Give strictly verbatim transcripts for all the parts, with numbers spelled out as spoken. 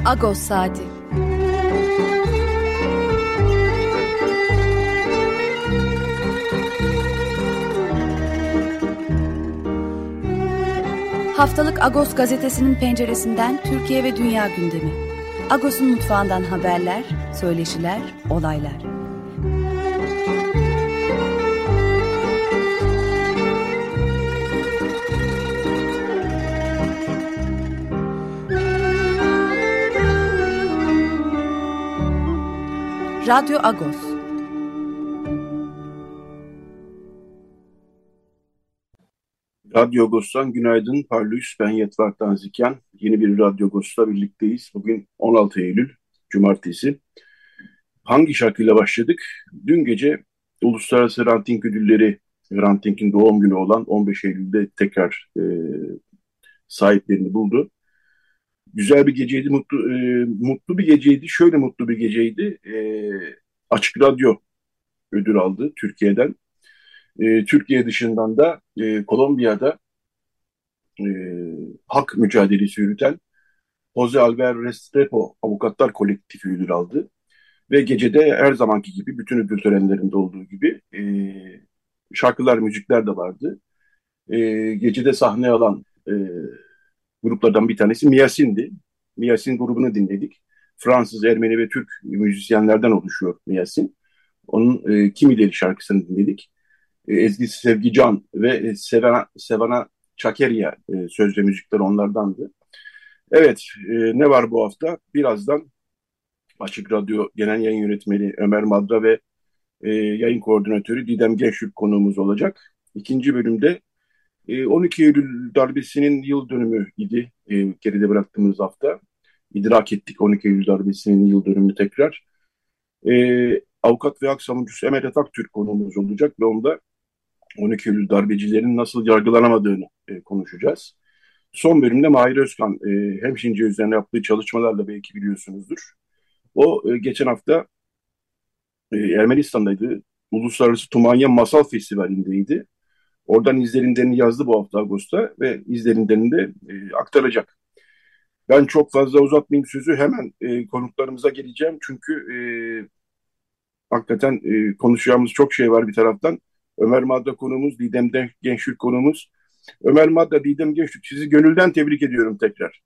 Agos Saati. Haftalık Agos gazetesinin penceresinden Türkiye ve dünya gündemi. Agos'un mutfağından haberler, söyleşiler, olaylar. Radyo Agos. Radyo Agos'tan günaydın. Parlıyız. Ben Yetvart Tanzikyan. Yeni bir Radyo Agos'ta birlikteyiz. Bugün on altı Eylül, Cumartesi. Hangi şarkıyla başladık? Dün gece Uluslararası Ranting Ödülleri, Ranting'in doğum günü olan on beş Eylül'de tekrar e, sahiplerini buldu. Güzel bir geceydi, mutlu e, mutlu bir geceydi. Şöyle mutlu bir geceydi. E, Açık Radyo ödül aldı Türkiye'den. E, Türkiye dışından da e, Kolombiya'da e, hak mücadelesi yürüten Jose Alvar Restrepo Avukatlar Kolektifi ödül aldı. Ve gecede her zamanki gibi bütün ödül törenlerinde olduğu gibi e, şarkılar, müzikler de vardı. E, gecede sahne alan e, gruplardan bir tanesi Miyasin'di. Miyasin grubunu dinledik. Fransız, Ermeni ve Türk müzisyenlerden oluşuyor Miyasin. Onun e, Kimi Deli şarkısını dinledik. E, Ezgi Sevgican ve e, Sevana, Sevana Çakerya e, söz ve müzikler onlardandı. Evet, e, ne var bu hafta? Birazdan Açık Radyo Genel Yayın Yönetmeni Ömer Madra ve e, yayın koordinatörü Didem Gençük konuğumuz olacak. İkinci bölümde e, on iki Eylül darbesinin yıl dönümü idi e, geride bıraktığımız hafta. İdrak ettik on iki Eylül darbesinin yıl dönümünü tekrar. E, Avukat ve hak savunucusu Emel Aktürk konuğumuz olacak ve onda on iki Eylül darbecilerin nasıl yargılanamadığını e, konuşacağız. Son bölümde Mahir Özkan e, hemşince üzerine yaptığı çalışmalarla belki biliyorsunuzdur. O e, geçen hafta e, Ermenistan'daydı. Uluslararası Tumanya Masal Festivali'ndeydi. Oradan izlenimlerini yazdı bu hafta Ağustos'ta ve izlenimlerini de e, aktaracak. Ben çok fazla uzatmayayım sözü hemen e, konuklarımıza geleceğim. Çünkü e, hakikaten e, konuşacağımız çok şey var bir taraftan. Ömer Madra konuğumuz, Didem Gençlik konuğumuz. Ömer Madra, Didem Gençlik sizi gönülden tebrik ediyorum tekrar.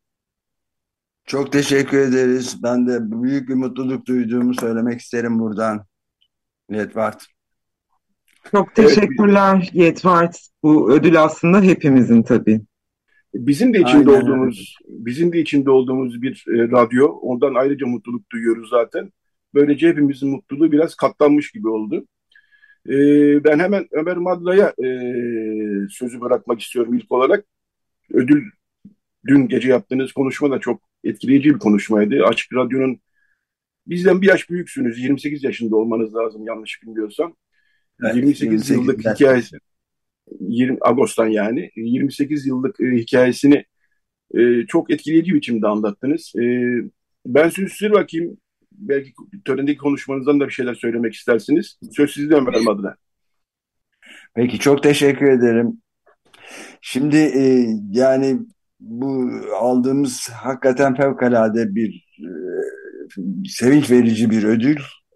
Çok teşekkür ederiz. Ben de büyük bir mutluluk duyduğumu söylemek isterim buradan. Yetvart. Çok Evet, teşekkürler Yetvart. Bu ödül aslında hepimizin tabii. bizim de içinde Aynen öyle. olduğumuz, bizim de içinde olduğumuz bir e, radyo. Ondan ayrıca mutluluk duyuyoruz zaten. Böylece hepimizin mutluluğu biraz katlanmış gibi oldu. E, ben hemen Ömer Madra'ya e, sözü bırakmak istiyorum ilk olarak. Ödül dün gece yaptığınız konuşma da çok etkileyici bir konuşmaydı. Açık Radyo'nun bizden bir yaş büyüksünüz. yirmi sekiz yaşında olmanız lazım yanlış bilmiyorsam. Evet, yirmi sekiz yirmi sekiz yıllık yaş. hikayesi, yirmi Ağustos'tan yani yirmi sekiz yıllık e, hikayesini e, çok etkileyici bir biçimde anlattınız. E, ben sözü size bakayım. Belki törendeki konuşmanızdan da bir şeyler söylemek istersiniz. Söz sizde Ömer Madra. Peki çok teşekkür ederim. Şimdi e, yani bu aldığımız hakikaten fevkalade bir e, sevinç verici bir ödül.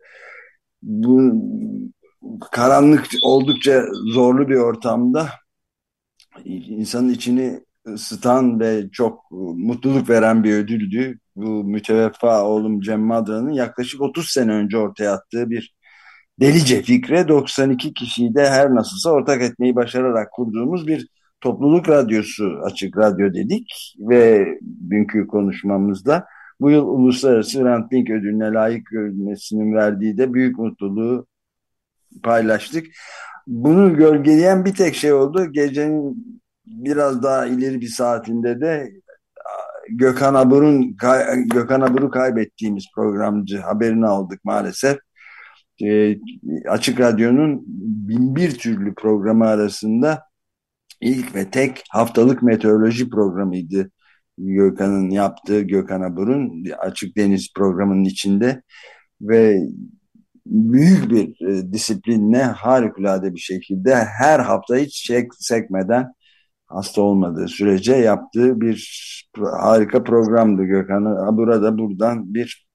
Bu karanlık oldukça zorlu bir ortamda insanın içini ısıtan ve çok mutluluk veren bir ödüldü. Bu müteveffa oğlum Cem Madra'nın yaklaşık otuz sene önce ortaya attığı bir delice fikre doksan iki kişiyi de her nasılsa ortak etmeyi başararak kurduğumuz bir topluluk radyosu, Açık Radyo dedik ve dünkü konuşmamızda bu yıl Uluslararası Hrant Dink ödülüne layık görülmesinin verdiği de büyük mutluluğu paylaştık. Bunu gölgeleyen bir tek şey oldu. Gecenin biraz daha ileri bir saatinde de Gökhan Abur'un Gökhan Abur'u kaybettiğimiz programcı haberini aldık maalesef. E, Açık Radyo'nun bin bir türlü programı arasında ilk ve tek haftalık meteoroloji programıydı. Gökhan'ın yaptığı, Gökhan Abur'un Açık Deniz programının içinde ve büyük bir e, disiplinle harikulade bir şekilde her hafta hiç çek sekmeden hasta olmadığı sürece yaptığı bir harika programdı Gökhan'ı. Burada buradan bir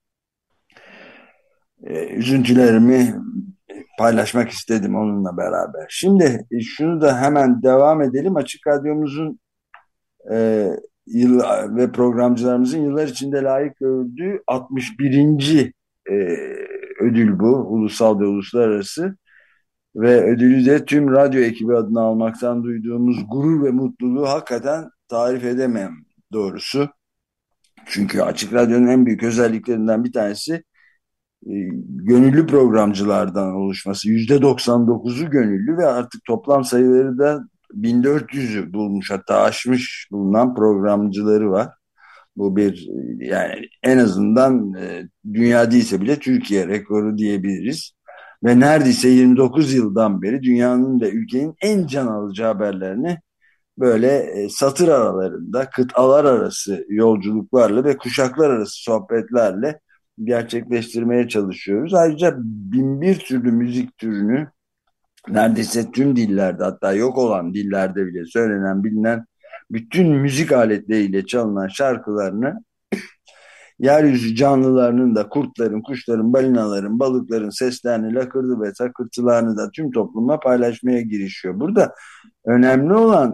e, üzüntülerimi paylaşmak istedim onunla beraber. Şimdi e, şunu da hemen devam edelim. Açık Radyomuzun e, yıl ve programcılarımızın yıllar içinde layık gördüğü altmış birinci E, ödül bu. Ulusal ve uluslararası. Ve ödülü de tüm radyo ekibi adına almaktan duyduğumuz gurur ve mutluluğu hakikaten tarif edemem doğrusu. Çünkü Açık Radyo'nun en büyük özelliklerinden bir tanesi e, gönüllü programcılardan oluşması. yüzde doksan dokuzu gönüllü ve artık toplam sayıları da bin dört yüzü bulmuş, hatta aşmış bulunan programcıları var. Bu bir, yani en azından e, dünya değilse bile Türkiye rekoru diyebiliriz. Ve neredeyse yirmi dokuz yıldan beri dünyanın ve ülkenin en can alıcı haberlerini böyle e, satır aralarında kıtalar arası yolculuklarla ve kuşaklar arası sohbetlerle gerçekleştirmeye çalışıyoruz. Ayrıca bin bir türlü müzik türünü neredeyse tüm dillerde, hatta yok olan dillerde bile söylenen bilinen bütün müzik aletleriyle çalınan şarkılarını yeryüzü canlılarının da, kurtların, kuşların, balinaların, balıkların seslerini, lakırdı ve takırtılarını da tüm toplumla paylaşmaya girişiyor. Burada önemli olan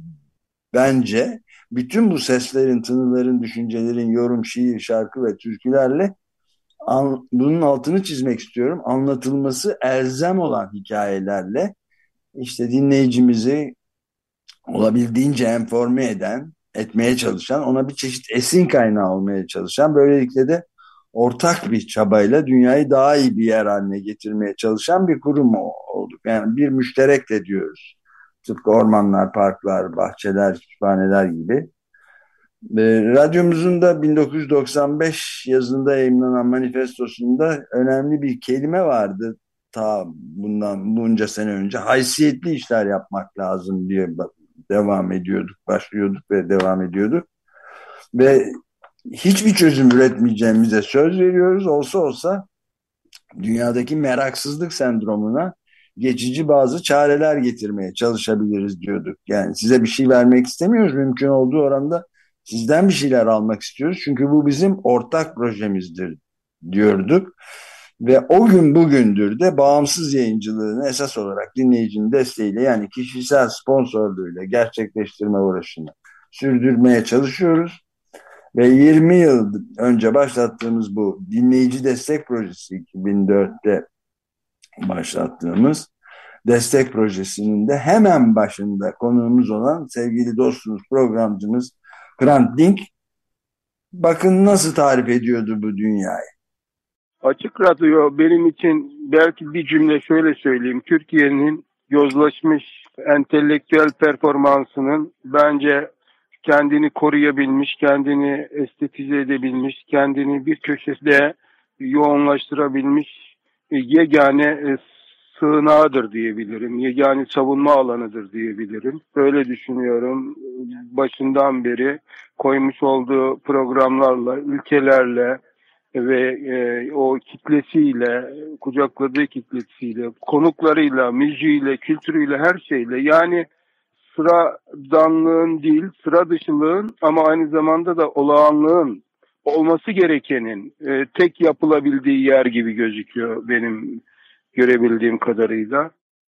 bence bütün bu seslerin, tınıların, düşüncelerin, yorum, şiir, şarkı ve türkülerle an, bunun altını çizmek istiyorum. Anlatılması elzem olan hikayelerle işte dinleyicimizi olabildiğince enforme eden, etmeye çalışan, ona bir çeşit esin kaynağı olmaya çalışan, böylelikle de ortak bir çabayla dünyayı daha iyi bir yer haline getirmeye çalışan bir kurum olduk. Yani bir müşterek de diyoruz. Tıpkı ormanlar, parklar, bahçeler, kütüphaneler gibi. E, radyomuzun da bin dokuz yüz doksan beş yazında yayımlanan manifestosunda önemli bir kelime vardı. Ta bundan bunca sene önce haysiyetli işler yapmak lazım diye devam ediyorduk, başlıyorduk ve devam ediyorduk. Ve hiçbir çözüm üretmeyeceğimize söz veriyoruz. Olsa olsa dünyadaki meraksızlık sendromuna geçici bazı çareler getirmeye çalışabiliriz diyorduk. Yani size bir şey vermek istemiyoruz. Mümkün olduğu oranda sizden bir şeyler almak istiyoruz. Çünkü bu bizim ortak projemizdir diyorduk. Ve o gün bugündür de bağımsız yayıncılığını esas olarak dinleyicinin desteğiyle, yani kişisel sponsorluğuyla gerçekleştirme uğraşını sürdürmeye çalışıyoruz. Ve yirmi yıl önce başlattığımız bu dinleyici destek projesi, iki bin dörtte başlattığımız destek projesinin de hemen başında konuğumuz olan sevgili dostumuz, programcımız Hrant Dink, bakın nasıl tarif ediyordu bu dünyayı. Açık Radyo benim için, belki bir cümle şöyle söyleyeyim, Türkiye'nin yozlaşmış entelektüel performansının bence kendini koruyabilmiş, kendini estetize edebilmiş, kendini bir köşede yoğunlaştırabilmiş yegane sığınağıdır diyebilirim. Yegane savunma alanıdır diyebilirim. Böyle düşünüyorum. Başından beri koymuş olduğu programlarla, ülkelerle ve e, o kitlesiyle, kucakladığı kitlesiyle, konuklarıyla, müziğiyle, kültürüyle, her şeyle, yani sıradanlığın değil, sıra dışılığın ama aynı zamanda da olağanlığın, olması gerekenin e, tek yapılabildiği yer gibi gözüküyor benim görebildiğim kadarıyla.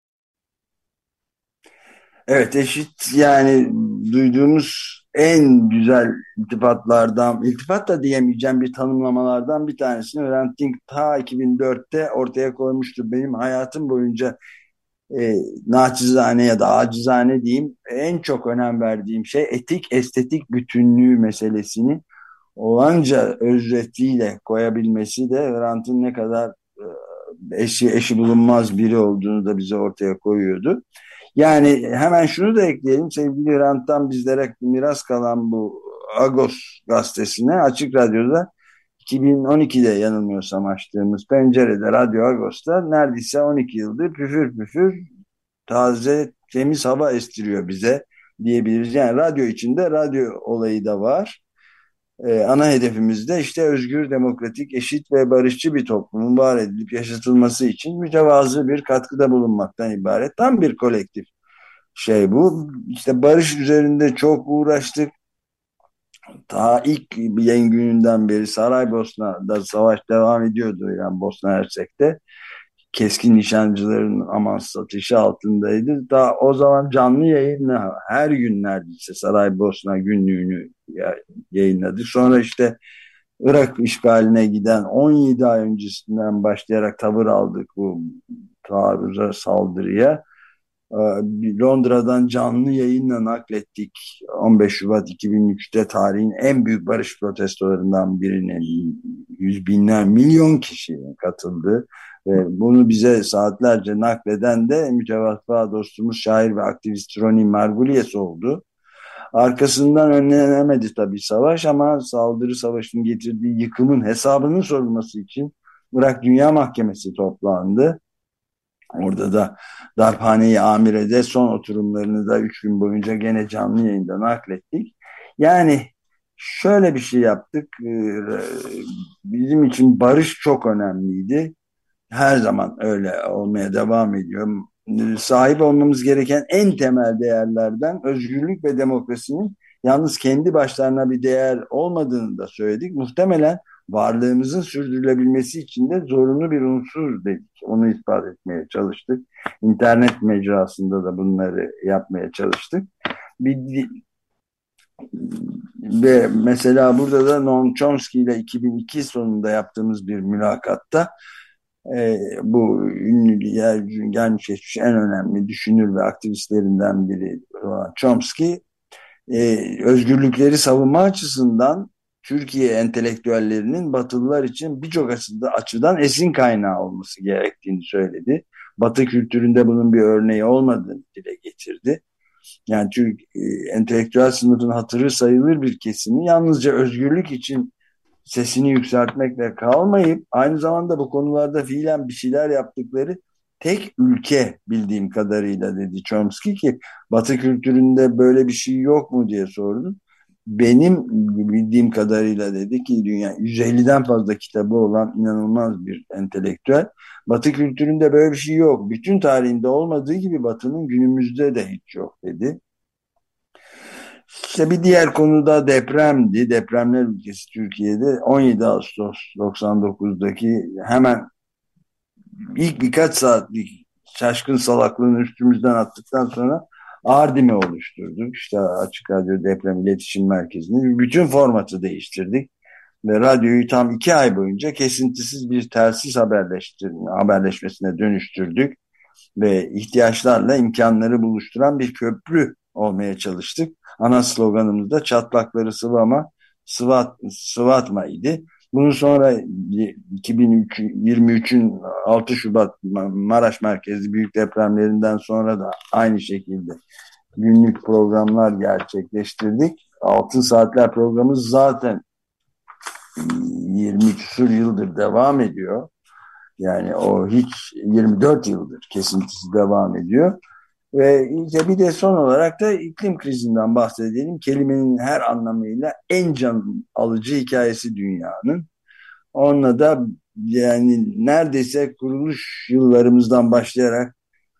Evet, eşit, yani duyduğumuz en güzel iltifatlardan, iltifat da diyemeyeceğim bir tanımlamalardan bir tanesini Hrant Dink ta iki bin dörtte ortaya koymuştu. Benim hayatım boyunca e, naçizane ya da acizane diyeyim, en çok önem verdiğim şey etik estetik bütünlüğü meselesini olanca özretiyle koyabilmesi de Hrant'ın ne kadar e, eşi, eşi bulunmaz biri olduğunu da bize ortaya koyuyordu. Yani hemen şunu da ekleyelim, sevgili Hrant'tan bizlere miras kalan bu Agos gazetesine Açık Radyo'da iki bin on ikide yanılmıyorsam açtığımız Pencere'de, Radyo Agos'ta neredeyse on iki yıldır püfür püfür taze temiz hava estiriyor bize diyebiliriz. Yani radyo içinde radyo olayı da var. Ee, ana hedefimiz de işte özgür, demokratik, eşit ve barışçı bir toplumun var edilip yaşatılması için mütevazı bir katkıda bulunmaktan ibaret. Tam bir kolektif şey bu. İşte barış üzerinde çok uğraştık. Ta ilk yayın gününden beri Saraybosna'da savaş devam ediyordu, yani Bosna Hersek'te. Keskin nişancıların amansız ateşi altındaydı. Daha o zaman canlı yayınla her gün neredeyse Saraybosna günlüğünü yayınladık. Sonra işte Irak işgaline giden on yedi ay öncesinden başlayarak tavır aldık bu taarruza, saldırıya. Londra'dan canlı yayınla naklettik. on beş Şubat iki bin üçte tarihin en büyük barış protestolarından birine yüz binler, milyon kişinin katıldığı ve bunu bize saatlerce nakleden de mütevaffa dostumuz, şair ve aktivist Ronnie Margulies oldu. Arkasından önlenemedi tabii savaş, ama saldırı savaşının getirdiği yıkımın hesabının sorulması için Irak Dünya Mahkemesi toplandı. Orada da Darphane-i Amire'de son oturumlarını da üç gün boyunca gene canlı yayında naklettik. Yani şöyle bir şey yaptık. Bizim için barış çok önemliydi. Her zaman öyle olmaya devam ediyor. Sahip olmamız gereken en temel değerlerden özgürlük ve demokrasinin yalnız kendi başlarına bir değer olmadığını da söyledik. Muhtemelen varlığımızın sürdürülebilmesi için de zorunlu bir unsur dedik. Onu ispat etmeye çalıştık. İnternet mecrasında da bunları yapmaya çalıştık. Bir, ve mesela burada da Noam Chomsky ile iki bin iki sonunda yaptığımız bir mülakatta e, bu ünlü yer, gelmiş geçmiş en önemli düşünür ve aktivistlerinden biri olan Chomsky, e, özgürlükleri savunma açısından Türkiye entelektüellerinin Batılılar için birçok açıdan esin kaynağı olması gerektiğini söyledi. Batı kültüründe bunun bir örneği olmadığını dile getirdi. Yani Türk e, entelektüel sınıfın hatırı sayılır bir kesimi yalnızca özgürlük için sesini yükseltmekle kalmayıp aynı zamanda bu konularda fiilen bir şeyler yaptıkları tek ülke bildiğim kadarıyla, dedi Chomsky, ki Batı kültüründe böyle bir şey yok mu diye sordum. Benim bildiğim kadarıyla, dedi ki, dünya yüz elliden fazla kitabı olan inanılmaz bir entelektüel. Batı kültüründe böyle bir şey yok. Bütün tarihinde olmadığı gibi Batı'nın günümüzde de hiç yok, dedi. İşte bir diğer konu da depremdi. Depremler ülkesi Türkiye'de on yedi Ağustos doksan dokuzdaki hemen ilk birkaç saatlik şaşkın salaklığını üstümüzden attıktan sonra Ardim'i oluşturduk. İşte Açık Radyo Deprem İletişim Merkezi'ni bütün formatı değiştirdik. Ve radyoyu tam iki ay boyunca kesintisiz bir telsiz haberleşmesine dönüştürdük. Ve ihtiyaçlarla imkanları buluşturan bir köprü olmaya çalıştık. Ana sloganımız da çatlakları sıvama, sıvat, sıvatma idi. Bunu sonra iki bin yirmi üçün altı Şubat Maraş merkezli büyük depremlerinden sonra da aynı şekilde günlük programlar gerçekleştirdik. Altın Saatler programımız zaten yirmi küsur yıldır devam ediyor. Yani o hiç yirmi dört yıldır kesintisi devam ediyor. Ve işte bir de son olarak da iklim krizinden bahsedelim. Kelimenin her anlamıyla en can alıcı hikayesi dünyanın. Onunla da yani neredeyse kuruluş yıllarımızdan başlayarak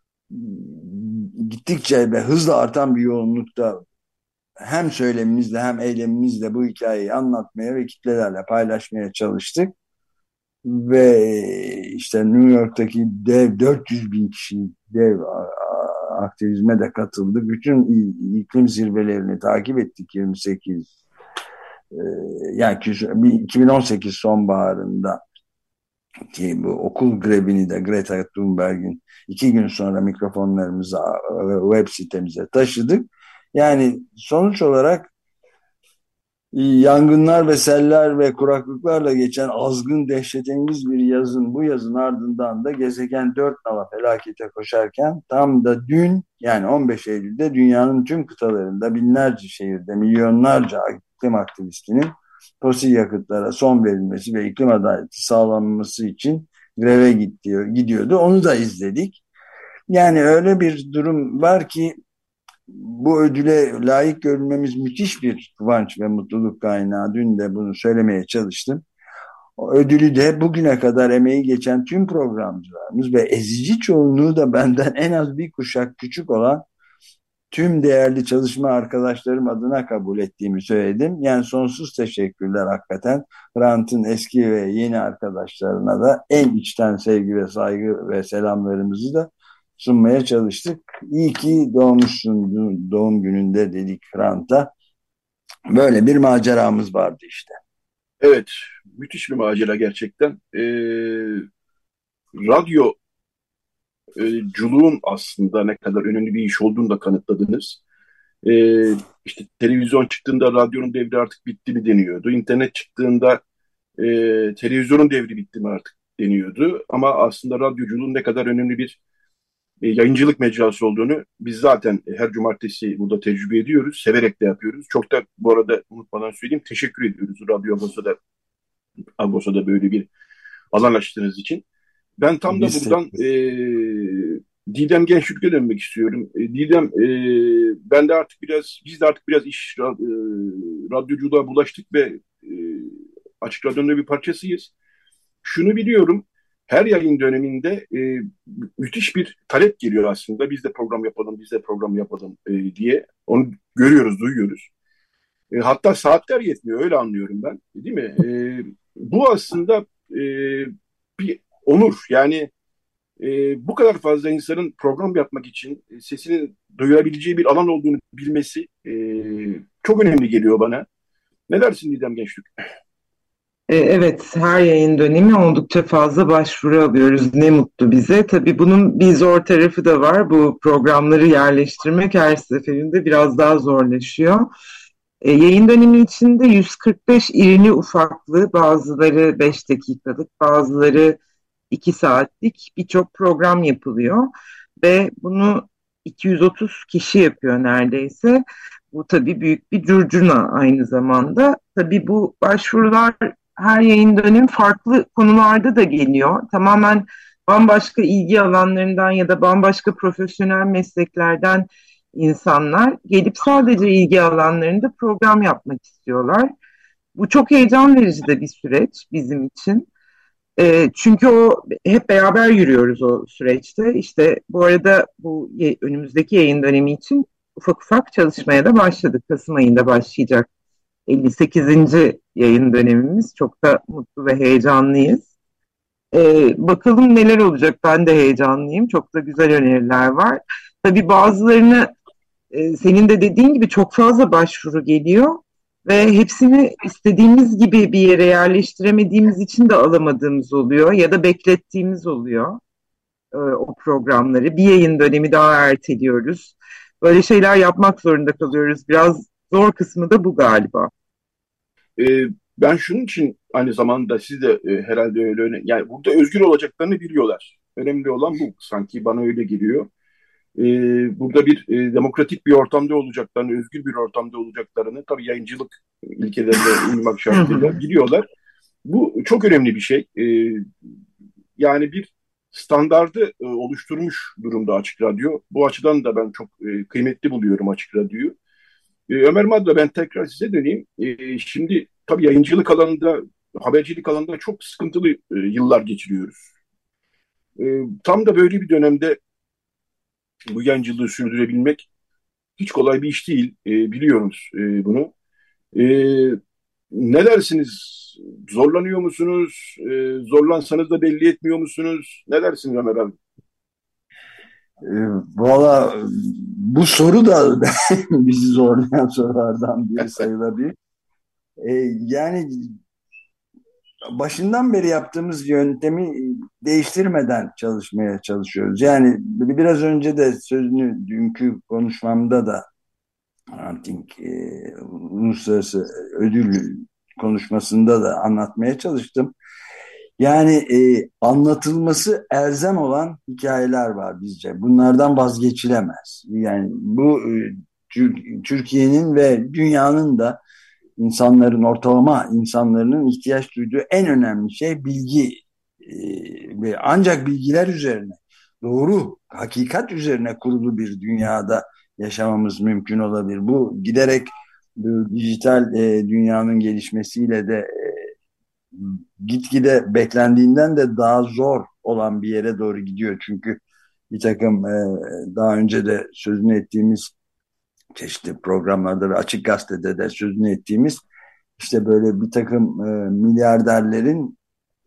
gittikçe ve hızla artan bir yoğunlukta hem söylemimizle hem eylemimizle bu hikayeyi anlatmaya ve kitlelerle paylaşmaya çalıştık. Ve işte New York'taki dev dört yüz bin kişi dev aktivizme de katıldı. Bütün iklim zirvelerini takip ettik yirmi sekiz yani iki bin on sekiz sonbaharında ki bu okul grevini de Greta Thunberg'in iki gün sonra mikrofonlarımızı web sitemize taşıdık. Yani sonuç olarak yangınlar ve seller ve kuraklıklarla geçen azgın, dehşetengiz bir yazın, bu yazın ardından da gezegen dört nala felakete koşarken tam da dün, yani on beş Eylül'de dünyanın tüm kıtalarında binlerce şehirde milyonlarca iklim aktivistinin fosil yakıtlara son verilmesi ve iklim adaleti sağlanması için greve gidiyor, gidiyordu. Onu da izledik. Yani öyle bir durum var ki bu ödüle layık görülmemiz müthiş bir kıvanç ve mutluluk kaynağı. Dün de bunu söylemeye çalıştım. O ödülü de bugüne kadar emeği geçen tüm programcılarımız ve ezici çoğunluğu da benden en az bir kuşak küçük olan tüm değerli çalışma arkadaşlarım adına kabul ettiğimi söyledim. Yani sonsuz teşekkürler hakikaten. Hrant'ın eski ve yeni arkadaşlarına da en içten sevgi ve saygı ve selamlarımızı da sunmaya çalıştık. İyi ki doğmuşsun doğum gününde dedik Hrant'a. Böyle bir maceramız vardı işte. Evet, müthiş bir macera gerçekten. Ee, radyoculuğun aslında ne kadar önemli bir iş olduğunu da kanıtladınız. Ee, işte televizyon çıktığında radyonun devri artık bitti mi deniyordu. İnternet çıktığında e, televizyonun devri bitti mi artık deniyordu. Ama aslında radyoculuğun ne kadar önemli bir e, yayıncılık mecrası olduğunu biz zaten her cumartesi burada tecrübe ediyoruz. Severek de yapıyoruz. Çok da bu arada unutmadan söyleyeyim teşekkür ediyoruz Radyo Agosa'da, Agosa'da böyle bir alan açtığınız için. Ben tam da Biz buradan e, Didem Gençürk'e dönmek istiyorum. E, Didem, e, ben de artık biraz, biz de artık biraz iş ra- e, radyoculuğa bulaştık ve e, Açık Radyo'nun da bir parçasıyız. Şunu biliyorum, her yayın döneminde e, mü- müthiş bir talep geliyor aslında. Biz de program yapalım, biz de program yapalım e, diye. Onu görüyoruz, duyuyoruz. E, hatta saatler yetmiyor, öyle anlıyorum ben. Değil mi? E, bu aslında e, bir onur. Yani e, bu kadar fazla insanın program yapmak için e, sesini duyurabileceği bir alan olduğunu bilmesi e, çok önemli geliyor bana. Ne dersin Didem Gençlik? E, Evet, her yayın dönemi oldukça fazla başvuru alıyoruz. Ne mutlu bize. Tabii bunun bir zor tarafı da var. Bu programları yerleştirmek her seferinde biraz daha zorlaşıyor. E, yayın dönemi içinde yüz kırk beş irili ufaklı, bazıları beş dakikalık, bazıları iki saatlik birçok program yapılıyor. Ve bunu iki yüz otuz kişi yapıyor neredeyse. Bu tabii büyük bir curcuna aynı zamanda. Tabii bu başvurular her yayın dönemi farklı konularda da geliyor. Tamamen bambaşka ilgi alanlarından ya da bambaşka profesyonel mesleklerden insanlar gelip sadece ilgi alanlarında program yapmak istiyorlar. Bu çok heyecan verici de bir süreç bizim için. E, çünkü o hep beraber yürüyoruz o süreçte. İşte bu arada bu ye- önümüzdeki yayın dönemi için ufak ufak çalışmaya da başladık. Kasım ayında başlayacak elli sekizinci yayın dönemimiz. Çok da mutlu ve heyecanlıyız. E, bakalım neler olacak. Ben de heyecanlıyım. Çok da güzel öneriler var. Tabii bazılarını e, senin de dediğin gibi çok fazla başvuru geliyor ve hepsini istediğimiz gibi bir yere yerleştiremediğimiz için de alamadığımız oluyor ya da beklettiğimiz oluyor e, o programları. Bir yayın dönemi daha erteliyoruz. Böyle şeyler yapmak zorunda kalıyoruz. Biraz zor kısmı da bu galiba. E, ben şunun için aynı zamanda siz de e, herhalde öyle öne, yani burada özgür olacaklarını biliyorlar. Önemli olan bu. Sanki bana öyle geliyor. E, burada bir e, demokratik bir ortamda olacaklarını, özgür bir ortamda olacaklarını, tabii yayıncılık ilkelerine uymak Hı hı. şartıyla biliyorlar. Bu çok önemli bir şey. E, yani bir standardı e, oluşturmuş durumda Açık Radyo. Bu açıdan da ben çok e, kıymetli buluyorum Açık Radyo'yu. E, Ömer Madra, ben tekrar size döneyim. E, şimdi tabii yayıncılık alanında, habercilik alanında çok sıkıntılı e, yıllar geçiriyoruz. E, tam da böyle bir dönemde bu yayıncılığı sürdürebilmek hiç kolay bir iş değil. E, biliyoruz e, bunu. E, ne dersiniz? Zorlanıyor musunuz? E, zorlansanız da belli etmiyor musunuz? Ne dersiniz Ömer abi? E, Valla bu soru da bizi zorlayan sorulardan biri sayılabilir. E, yani başından beri yaptığımız yöntemi değiştirmeden çalışmaya çalışıyoruz. Yani biraz önce de sözünü dünkü konuşmamda da Ranting e, uluslararası ödül konuşmasında da anlatmaya çalıştım. Yani e, anlatılması elzem olan hikayeler var bizce. Bunlardan vazgeçilemez. Yani bu e, Tür- Türkiye'nin ve dünyanın da insanların ortalama insanların ihtiyaç duyduğu en önemli şey bilgi e, ve ancak bilgiler üzerine doğru hakikat üzerine kurulu bir dünyada yaşamamız mümkün olabilir. Bu giderek bu dijital e, dünyanın gelişmesiyle de gitgide beklendiğinden de daha zor olan bir yere doğru gidiyor. Çünkü bir takım e, daha önce de sözünü ettiğimiz çeşitli programlarda ve Açık Gazete'de de sözünü ettiğimiz işte böyle bir takım e, milyarderlerin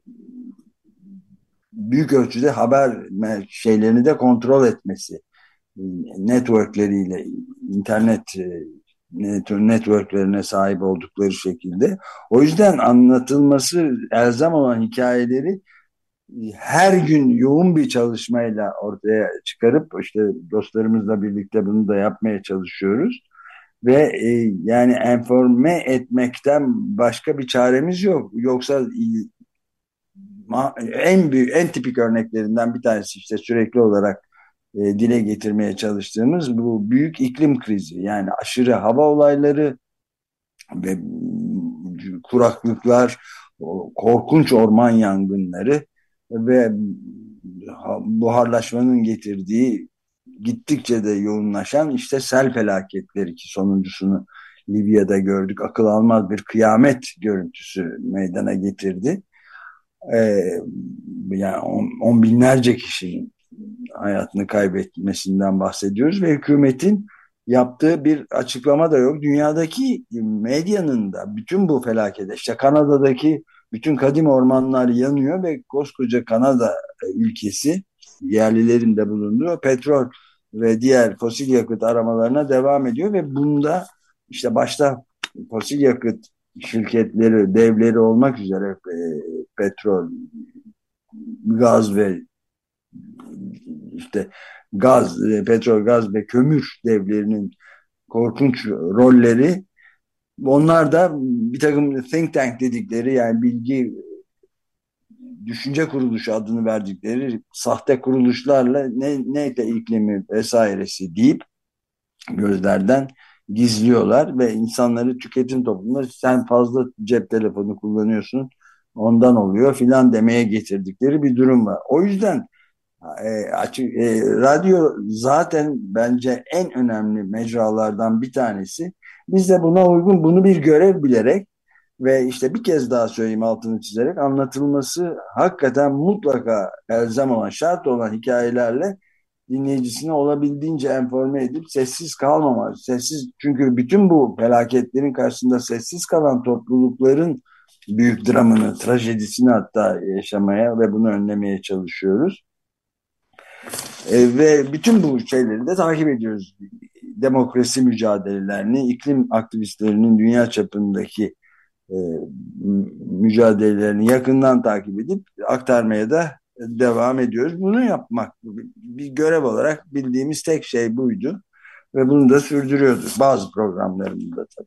büyük ölçüde haber şeylerini de kontrol etmesi, networkleriyle, internet networklerine sahip oldukları şekilde. O yüzden anlatılması elzem olan hikayeleri her gün yoğun bir çalışmayla ortaya çıkarıp işte dostlarımızla birlikte bunu da yapmaya çalışıyoruz. Ve e, yani enforme etmekten başka bir çaremiz yok. Yoksa en büyük, en tipik örneklerinden bir tanesi işte sürekli olarak e, dile getirmeye çalıştığımız bu büyük iklim krizi. Yani aşırı hava olayları ve kuraklıklar, korkunç orman yangınları ve buharlaşmanın getirdiği gittikçe de yoğunlaşan işte sel felaketleri ki sonuncusunu Libya'da gördük. Akıl almaz bir kıyamet görüntüsü meydana getirdi. Ee, yani on, on binlerce kişinin hayatını kaybetmesinden bahsediyoruz ve hükümetin yaptığı bir açıklama da yok. Dünyadaki medyanın da bütün bu felakete, işte Kanada'daki bütün kadim ormanlar yanıyor ve koskoca Kanada ülkesi yerlilerin de bulunduğu petrol ve diğer fosil yakıt aramalarına devam ediyor ve bunda işte başta fosil yakıt şirketleri, devleri olmak üzere e, petrol, gaz ve işte gaz, e, petrol, gaz ve kömür devlerinin korkunç rolleri, onlar da bir takım think tank dedikleri yani bilgi düşünce kuruluşu adını verdikleri sahte kuruluşlarla ne, neyse iklimi vesairesi deyip gözlerden gizliyorlar ve insanları tüketim toplumunda sen fazla cep telefonu kullanıyorsun ondan oluyor filan demeye getirdikleri bir durum var. O yüzden e, açık, e, radyo zaten bence en önemli mecralardan bir tanesi. Biz de buna uygun bunu bir görev bilerek ve işte bir kez daha söyleyeyim altını çizerek anlatılması hakikaten mutlaka elzem olan şart olan hikayelerle dinleyicisini olabildiğince enforme edip sessiz kalmamalı. Sessiz, çünkü bütün bu felaketlerin karşısında sessiz kalan toplulukların büyük dramını, trajedisini hatta yaşamaya ve bunu önlemeye çalışıyoruz. E, ve bütün bu şeyleri de takip ediyoruz. Demokrasi mücadelelerini, iklim aktivistlerinin dünya çapındaki e, mücadelelerini yakından takip edip aktarmaya da devam ediyoruz. Bunu yapmak bir görev olarak bildiğimiz tek şey buydu ve bunu da sürdürüyorduk bazı programlarımızda tabii.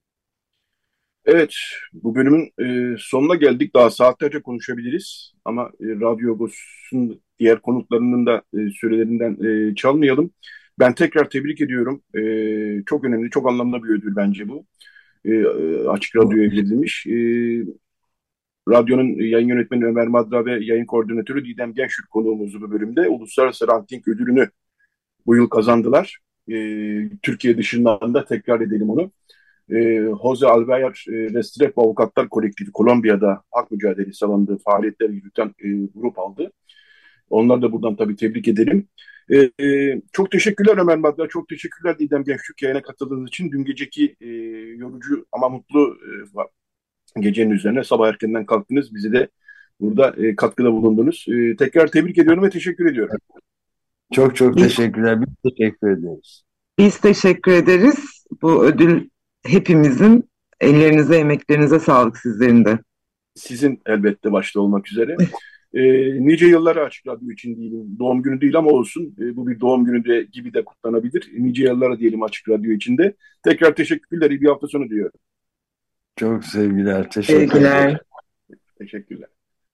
Evet, bu bölümün e, sonuna geldik. Daha saatlerce konuşabiliriz ama e, Radyo Agos'un diğer konuklarının da e, sürelerinden e, çalmayalım. Ben tekrar tebrik ediyorum. E, çok önemli, çok anlamlı bir ödül bence bu. E, e, Açık Radyo'ya verilmiş. E, Radyonun yayın yönetmeni Ömer Madra ve yayın koordinatörü Didem Gençük konuğumuzu bu bölümde Uluslararası Ranking ödülünü bu yıl kazandılar. E, Türkiye dışından da tekrar edelim onu. E, Jose Alvear e, Restrepo Avukatlar Kolektifi Kolombiya'da hak mücadelesi alanında faaliyetler yürüten e, grup aldı. Onları da buradan tabii tebrik edelim. E, e, çok teşekkürler Ömer Madra, çok teşekkürler Didem Gençük yayına katıldığınız için. Dün geceki e, yorucu ama mutlu e, gecenin üzerine sabah erkenden kalktınız. Bizi de burada e, katkıda bulundunuz. E, tekrar tebrik ediyorum ve teşekkür ediyorum. Çok çok teşekkürler. Biz teşekkür ederiz. Biz teşekkür ederiz. Bu ödül hepimizin. Ellerinize, emeklerinize sağlık sizlerin de. Sizin elbette başta olmak üzere. E, nice yılları Açık Radyo için diyelim. Doğum günü değil ama olsun. E, bu bir doğum günü de gibi de kutlanabilir. Nice yıllara diyelim Açık Radyo için de. Tekrar teşekkürler. İyi bir hafta sonu diyorum. Çok sevgiler. Teşekkürler. Sevgiler. Teşekkürler.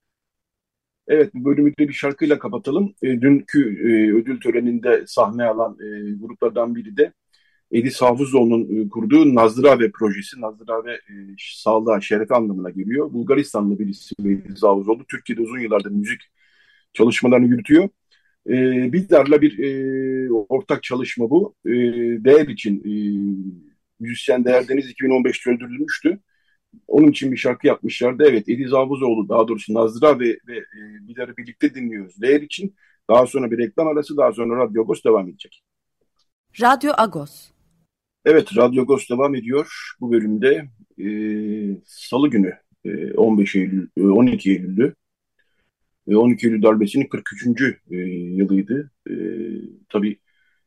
Evet, bu bölümü de bir şarkıyla kapatalım. E, dünkü e, ödül töreninde sahne alan e, gruplardan biri de Edis Havuzoğlu'nun e, kurduğu Nazırave projesi. Nazırave e, sağlığa, şerefe anlamına geliyor. Bulgaristanlı birisi Edis Havuzoğlu. Türkiye'de uzun yıllardır müzik çalışmalarını yürütüyor. E, Bizlerle bir e, ortak çalışma bu. E, Değer için e, müzisyen Değer Deniz iki bin on beşte öldürülmüştü. Onun için bir şarkı yapmışlardı. Evet, Ediz Havuzoğlu, daha doğrusu Nazırave ve, ve e, Bizler'i birlikte dinliyoruz. Değer için daha sonra bir reklam arası, daha sonra Radyo Agos devam edecek. Radyo Agos. Evet, Radyo Agos devam ediyor. Bu bölümde e, Salı günü e, on beş Eylül, e, on iki Eylül'dü. E, on iki Eylül darbesinin kırk üçüncü. E, yılıydı. E, tabii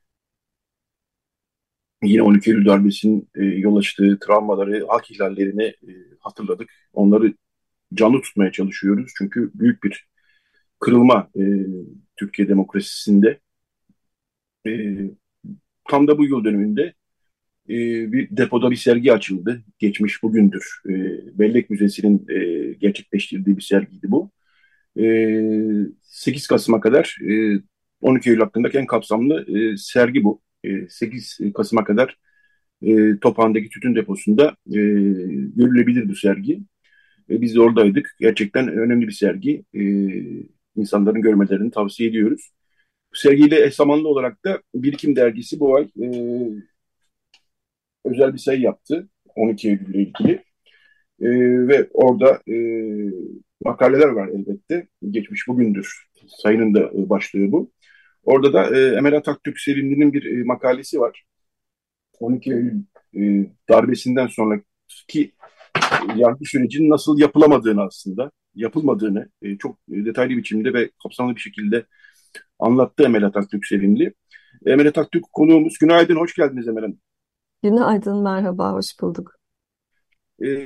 yine on iki Eylül darbesinin e, yol açtığı travmaları, hak ihlallerini e, hatırladık. Onları canlı tutmaya çalışıyoruz. Çünkü büyük bir kırılma e, Türkiye demokrasisinde. E, Tam da bu yıl dönümünde e, bir depoda bir sergi açıldı. Geçmiş bugündür. E, Bellek Müzesi'nin e, gerçekleştirdiği bir sergiydi bu. E, sekiz Kasım'a kadar e, on iki Eylül hakkındaki en kapsamlı e, sergi bu. E, sekiz Kasım'a kadar e, Tophane'deki tütün deposunda e, görülebilir bu sergi. E, biz de oradaydık. Gerçekten önemli bir sergi. E, insanların görmelerini tavsiye ediyoruz. Bu sergiyle eş zamanlı olarak da Birikim Dergisi bu ay e, özel bir sayı yaptı. on iki Eylül ile ilgili. E, ve orada e, makaleler var elbette. Geçmiş bugündür. Sayının da e, başlığı bu. Orada da e, Emel Atatürk Sevimli'nin bir e, makalesi var. on iki Eylül e, darbesinden sonraki yargı sürecinin nasıl yapılamadığını aslında, yapılmadığını e, çok detaylı biçimde ve kapsamlı bir şekilde anlattı Emel Atatürk Sevimli. Emel Atatürk konuğumuz. Günaydın, hoş geldiniz Emel Hanım. Günaydın, merhaba, hoş bulduk. E,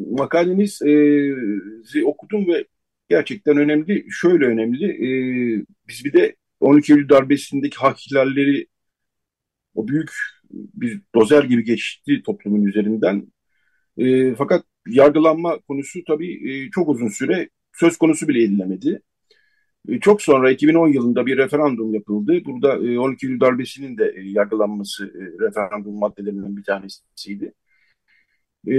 Makalenizi okudum ve gerçekten önemli. Şöyle önemli. E, biz bir de on iki Eylül darbesindeki hak ihlalleri o büyük bir dozer gibi geçti toplumun üzerinden. E, fakat yargılanma konusu tabii e, çok uzun süre söz konusu bile edilemedi. E, çok sonra iki bin on yılında bir referandum yapıldı. Burada e, on iki Eylül darbesinin de e, yargılanması e, referandum maddelerinden bir tanesiydi. E,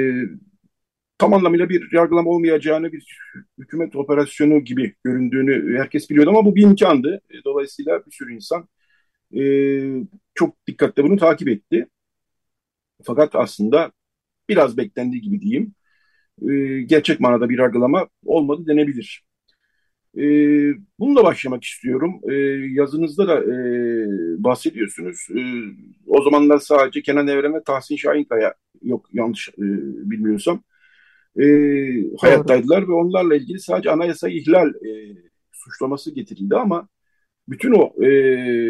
Tam anlamıyla bir yargılama olmayacağını, bir hükümet operasyonu gibi göründüğünü herkes biliyordu ama bu bir imkandı. E, dolayısıyla bir sürü insan e, çok dikkatle bunu takip etti. Fakat aslında biraz beklendiği gibi diyeyim, e, gerçek manada bir yargılama olmadı denebilir. E, Bununla başlamak istiyorum. E, yazınızda da e, bahsediyorsunuz. E, o zamanlar sadece Kenan Evren ve Tahsin Şahinkaya, yok yanlış e, bilmiyorsam, e, Doğru. hayattaydılar ve onlarla ilgili sadece anayasayı ihlal e, suçlaması getirildi ama bütün o e,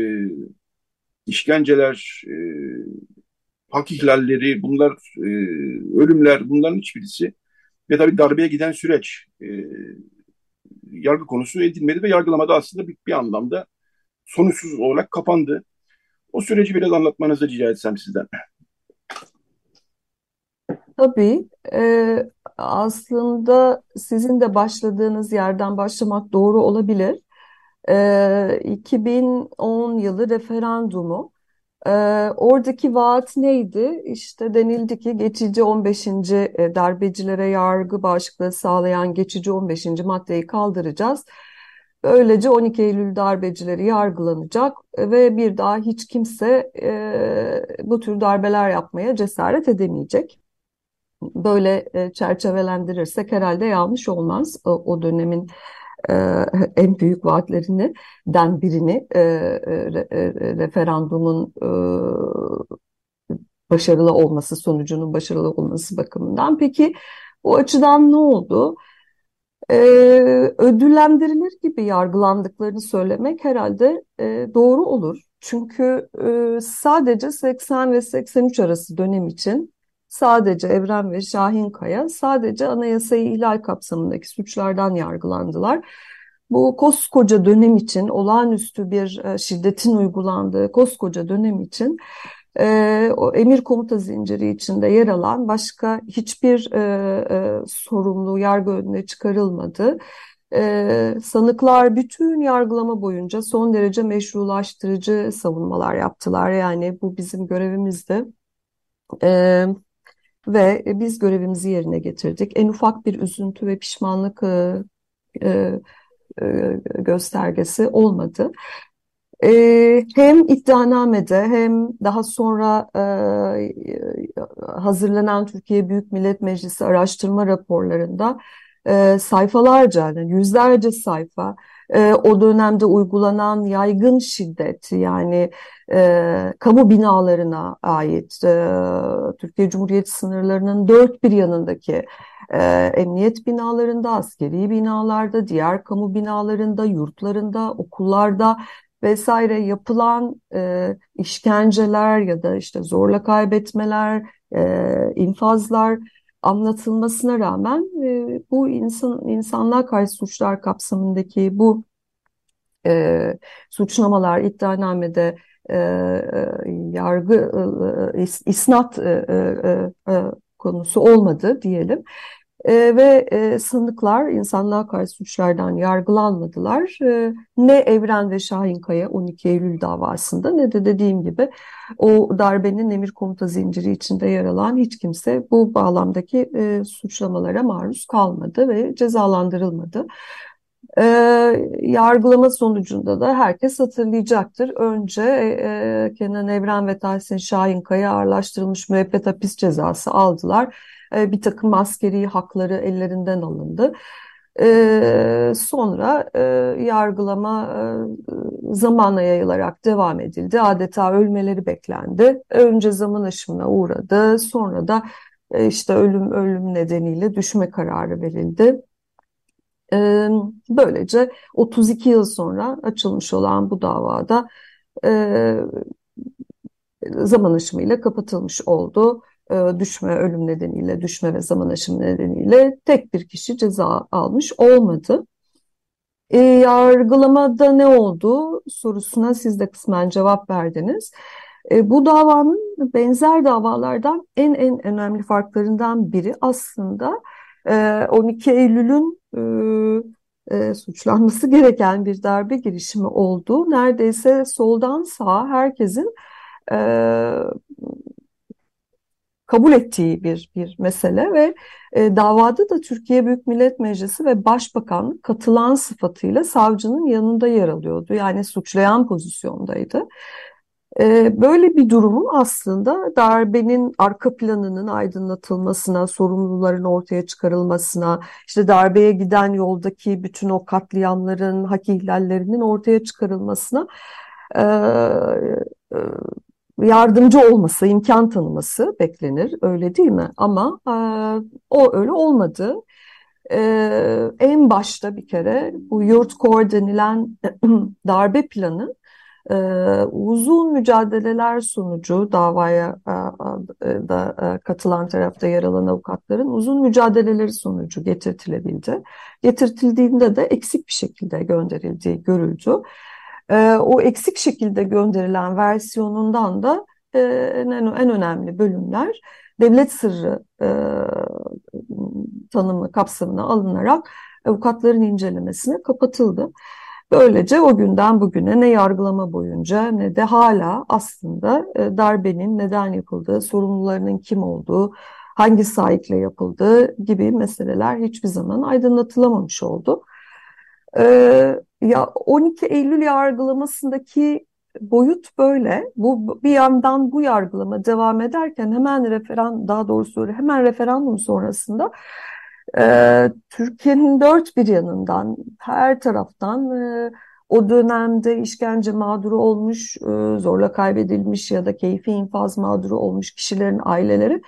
işkenceler, e, hak ihlalleri, bunlar, e, ölümler, bunların hiçbirisi ve tabii darbeye giden süreç e, yargı konusu edilmedi ve yargılamada aslında bir, bir anlamda sonuçsuz olarak kapandı. O süreci biraz anlatmanızı rica etsem sizden. Tabii, e, aslında sizin de başladığınız yerden başlamak doğru olabilir. E, iki bin on yılı referandumu, e, oradaki vaat neydi? İşte denildi ki geçici on beşinci e, darbecilere yargı bağışıklığı sağlayan geçici on beşinci maddeyi kaldıracağız. Böylece on iki Eylül darbecileri yargılanacak ve bir daha hiç kimse e, bu tür darbeler yapmaya cesaret edemeyecek. Böyle e, çerçevelendirirsek herhalde yanlış olmaz. O, o dönemin e, en büyük vaatlerinden birini e, e, e, referandumun e, başarılı olması, sonucunun başarılı olması bakımından. Peki bu açıdan ne oldu? Ee, ödüllendirilir gibi yargılandıklarını söylemek herhalde e, doğru olur. Çünkü e, sadece seksen ve seksen üç arası dönem için sadece Evren ve Şahinkaya sadece anayasayı ihlal kapsamındaki suçlardan yargılandılar. Bu koskoca dönem için olağanüstü bir e, şiddetin uygulandığı koskoca dönem için e, o emir komuta zinciri içinde yer alan başka hiçbir e, e, sorumlu yargı önüne çıkarılmadı. E, sanıklar bütün yargılama boyunca son derece meşrulaştırıcı savunmalar yaptılar. Yani bu bizim görevimizdi. E, ve biz görevimizi yerine getirdik. En ufak bir üzüntü ve pişmanlık e, e, e, göstergesi olmadı. Ee, hem iddianamede hem daha sonra e, hazırlanan Türkiye Büyük Millet Meclisi araştırma raporlarında e, sayfalarca, yani yüzlerce sayfa e, o dönemde uygulanan yaygın şiddet, yani e, kamu binalarına ait, e, Türkiye Cumhuriyeti sınırlarının dört bir yanındaki e, emniyet binalarında, askeri binalarda, diğer kamu binalarında, yurtlarında, okullarda vesaire yapılan e, işkenceler ya da işte zorla kaybetmeler, e, infazlar anlatılmasına rağmen e, bu insan insanlığa karşı suçlar kapsamındaki bu e, suçlamalar iddianamede e, e, yargı e, is, isnat e, e, e, konusu olmadı diyelim. E, ve e, sanıklar insanlığa karşı suçlardan yargılanmadılar. E, ne Evren ve Şahinkaya on iki Eylül davasında ne de dediğim gibi o darbenin emir komuta zinciri içinde yer alan hiç kimse bu bağlamdaki e, suçlamalara maruz kalmadı ve cezalandırılmadı. E, yargılama sonucunda da herkes hatırlayacaktır. Önce e, Kenan Evren ve Tahsin Şahinkaya ağırlaştırılmış müebbet hapis cezası aldılar. E, bir takım askeri hakları ellerinden alındı. E, sonra e, yargılama e, zamana yayılarak devam edildi. Adeta ölmeleri beklendi. Önce zaman aşımına uğradı. Sonra da e, işte ölüm ölüm nedeniyle düşme kararı verildi. E, böylece otuz iki yıl sonra açılmış olan bu davada e, zaman aşımıyla kapatılmış oldu. E, düşme, ölüm nedeniyle, düşme ve zaman aşımı nedeniyle tek bir kişi ceza almış olmadı. E, yargılamada ne oldu sorusuna siz de kısmen cevap verdiniz. E, bu davanın benzer davalardan en en önemli farklarından biri aslında e, on iki Eylül'ün e, e, suçlanması gereken bir darbe girişimi olduğu, neredeyse soldan sağa herkesin e, kabul ettiği bir bir mesele ve e, davada da Türkiye Büyük Millet Meclisi ve Başbakanlık katılan sıfatıyla savcının yanında yer alıyordu. Yani suçlayan pozisyondaydı. E, böyle bir durumun aslında darbenin arka planının aydınlatılmasına, sorumluların ortaya çıkarılmasına, işte darbeye giden yoldaki bütün o katliamların, hak ihlallerinin ortaya çıkarılmasına e, e, yardımcı olması, imkan tanıması beklenir. Öyle değil mi? Ama e, o öyle olmadı. E, en başta bir kere bu Yurtkor denilen darbe planı e, uzun mücadeleler sonucu davaya e, da e, katılan tarafta yer alan avukatların uzun mücadeleleri sonucu getirtilebildi. Getirtildiğinde de eksik bir şekilde gönderildiği görüldü. E, o eksik şekilde gönderilen versiyonundan da e, en, en önemli bölümler devlet sırrı e, tanımı kapsamına alınarak avukatların incelemesine kapatıldı. Böylece o günden bugüne ne yargılama boyunca ne de hala aslında e, darbenin neden yapıldığı, sorumlularının kim olduğu, hangi sahikle yapıldığı gibi meseleler hiçbir zaman aydınlatılamamış oldu. Ee, ya on iki Eylül yargılamasındaki boyut böyle. Bu bir yandan bu yargılama devam ederken hemen referan, daha doğrusu hemen referandum sonrasında e, Türkiye'nin dört bir yanından, her taraftan e, o dönemde işkence mağduru olmuş, e, zorla kaybedilmiş ya da keyfi infaz mağduru olmuş kişilerin aileleri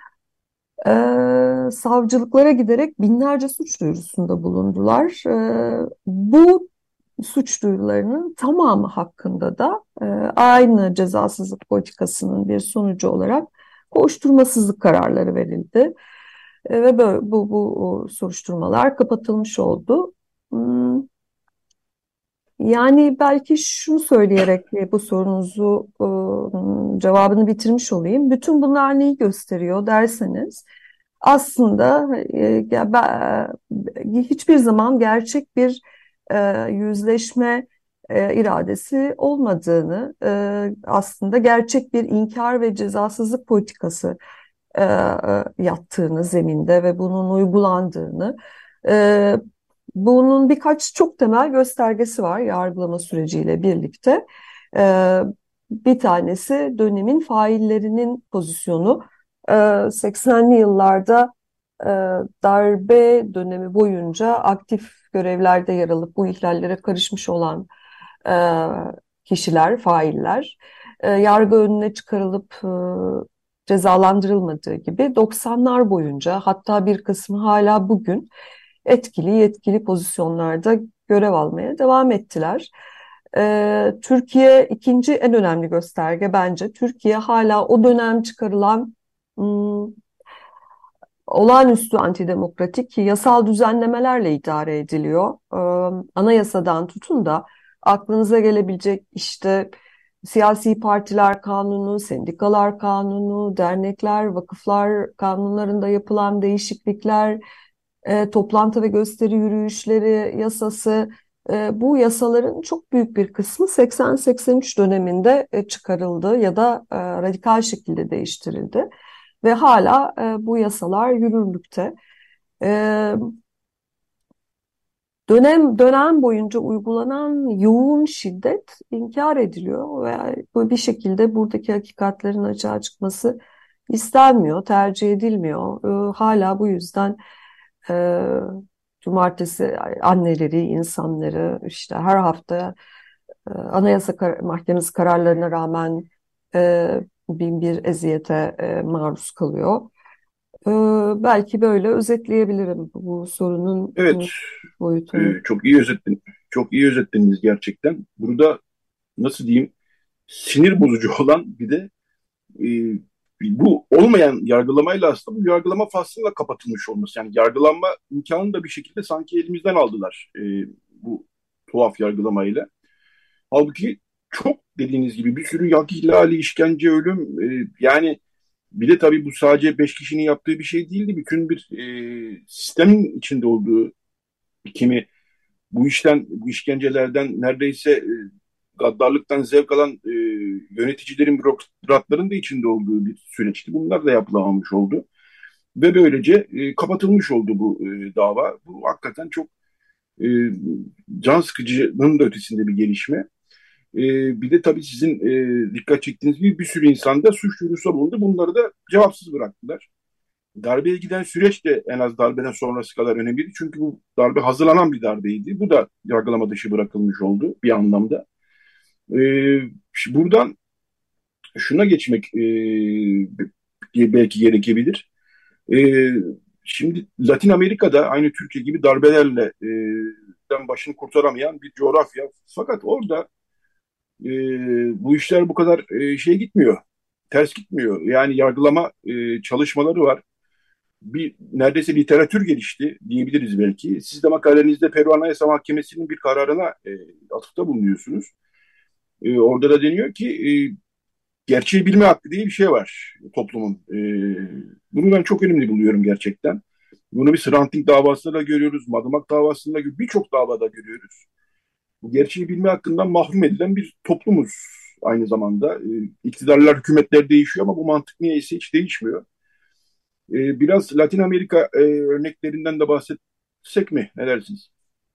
Ee, savcılıklara giderek binlerce suç duyurusunda bulundular. Ee, bu suç duyurularının tamamı hakkında da e, aynı cezasızlık politikasının bir sonucu olarak kovuşturmasızlık kararları verildi. E, ve böyle, bu, bu soruşturmalar kapatılmış oldu. Hmm, Yani belki şunu söyleyerek bu sorunuzu e, cevabını bitirmiş olayım. Bütün bunlar neyi gösteriyor derseniz, aslında e, ben, hiçbir zaman gerçek bir e, yüzleşme e, iradesi olmadığını, e, aslında gerçek bir inkar ve cezasızlık politikası e, e, yattığını zeminde ve bunun uygulandığını, e, bunun birkaç çok temel göstergesi var yargılama süreciyle birlikte. E, bir tanesi dönemin faillerinin pozisyonu. seksenli yıllarda e, darbe dönemi boyunca aktif görevlerde yer alıp bu ihlallere karışmış olan e, kişiler, failler e, yargı önüne çıkarılıp e, cezalandırılmadığı gibi doksanlar boyunca, hatta bir kısmı hala bugün etkili yetkili pozisyonlarda görev almaya devam ettiler. Ee, Türkiye ikinci en önemli gösterge bence. Türkiye hala o dönem çıkarılan hmm, olağanüstü antidemokratik yasal düzenlemelerle idare ediliyor. Ee, anayasadan tutun da aklınıza gelebilecek işte siyasi partiler kanunu, sendikalar kanunu, dernekler, vakıflar kanunlarında yapılan değişiklikler, e, toplantı ve gösteri yürüyüşleri yasası, e, bu yasaların çok büyük bir kısmı seksen seksen üç döneminde e, çıkarıldı ya da e, radikal şekilde değiştirildi ve hala e, bu yasalar yürürlükte. E, dönem dönem boyunca uygulanan yoğun şiddet inkar ediliyor ve bu bir şekilde buradaki hakikatlerin açığa çıkması istenmiyor, tercih edilmiyor. E, hala bu yüzden e, cumartesi anneleri, insanları işte her hafta e, Anayasa Kar Mahkemesi kararlarına rağmen e, bin bir eziyete e, maruz kalıyor. E, belki böyle özetleyebilirim bu sorunun Evet, e, boyutunu. e, çok iyi özetledin. Çok iyi özetlediniz gerçekten. Burada nasıl diyeyim, sinir bozucu olan bir de e, bu olmayan yargılamayla aslında bu yargılama faslıyla kapatılmış olması. Yani yargılanma imkanını da bir şekilde sanki elimizden aldılar e, bu tuhaf yargılamayla. Halbuki çok dediğiniz gibi bir sürü hak ihlali, işkence, ölüm, e, yani bir de tabii bu sadece beş kişinin yaptığı bir şey değildi. Bütün bir e, sistemin içinde olduğu, kimi bu işten, bu işkencelerden neredeyse e, gaddarlıktan zevk alan e, yöneticilerin, bürokratların da içinde olduğu bir süreçti. Bunlar da yapılamamış oldu. Ve böylece e, kapatılmış oldu bu e, dava. Bu hakikaten çok e, can sıkıcının da ötesinde bir gelişme. E, bir de tabii sizin e, dikkat çektiğiniz gibi bir sürü insan da suç duyurusunda bulundu. Bunları da cevapsız bıraktılar. Darbeye giden süreç de en az darbeden sonrası kadar önemliydi. Çünkü bu darbe hazırlanan bir darbeydi. Bu da yargılama dışı bırakılmış oldu bir anlamda. Ee, buradan şuna geçmek e, belki gerekebilir. Ee, şimdi Latin Amerika'da aynı Türkiye gibi darbelerle e, başını kurtaramayan bir coğrafya. Fakat orada e, bu işler bu kadar e, şey gitmiyor. Ters gitmiyor. Yani yargılama e, çalışmaları var. Bir neredeyse literatür gelişti diyebiliriz belki. Siz de makalenizde Peru Anayasa Mahkemesi'nin bir kararına e, atıfta bulunuyorsunuz. E, orada da deniyor ki e, gerçeği bilme hakkı diye bir şey var toplumun. E, bunu ben çok önemli buluyorum gerçekten. Bunu bir Hrant Dink davasında da görüyoruz, Madımak davasında da birçok davada görüyoruz. Bu gerçeği bilme hakkından mahrum edilen bir toplumuz aynı zamanda. E, iktidarlar, hükümetler değişiyor ama bu mantık niyeyse hiç değişmiyor. Ee, biraz Latin Amerika e, örneklerinden de bahsetsek mi? Ne dersiniz?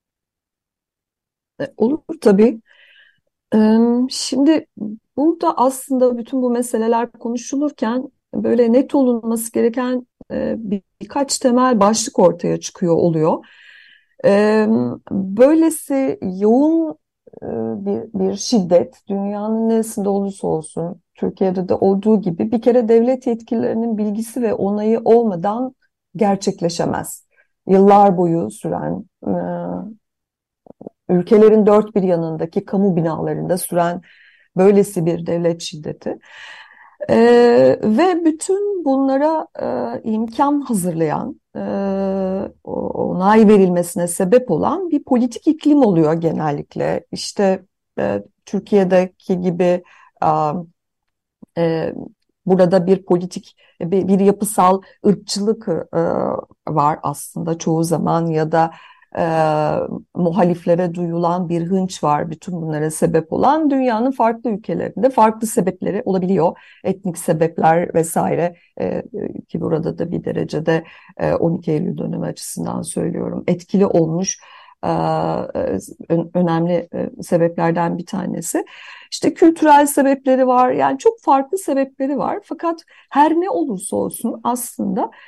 E, olur tabii. E, şimdi burada aslında bütün bu meseleler konuşulurken böyle net olunması gereken e, bir, birkaç temel başlık ortaya çıkıyor oluyor. E, böylesi yoğun e, bir, bir şiddet dünyanın neresinde olursa olsun, Türkiye'de de olduğu gibi bir kere devlet yetkililerinin bilgisi ve onayı olmadan gerçekleşemez. Yıllar boyu süren, e, ülkelerin dört bir yanındaki kamu binalarında süren böylesi bir devlet şiddeti. Ee, ve bütün bunlara e, imkan hazırlayan, e, onay verilmesine sebep olan bir politik iklim oluyor genellikle. İşte e, Türkiye'deki gibi a, e, burada bir politik, bir, bir yapısal ırkçılık e, var aslında çoğu zaman ya da e, muhaliflere duyulan bir hınç var. Bütün bunlara sebep olan dünyanın farklı ülkelerinde farklı sebepleri olabiliyor. Etnik sebepler vesaire e, ki burada da bir derecede e, on iki Eylül dönemi açısından söylüyorum etkili olmuş e, önemli e, sebeplerden bir tanesi. İşte kültürel sebepleri var, yani çok farklı sebepleri var. Fakat her ne olursa olsun aslında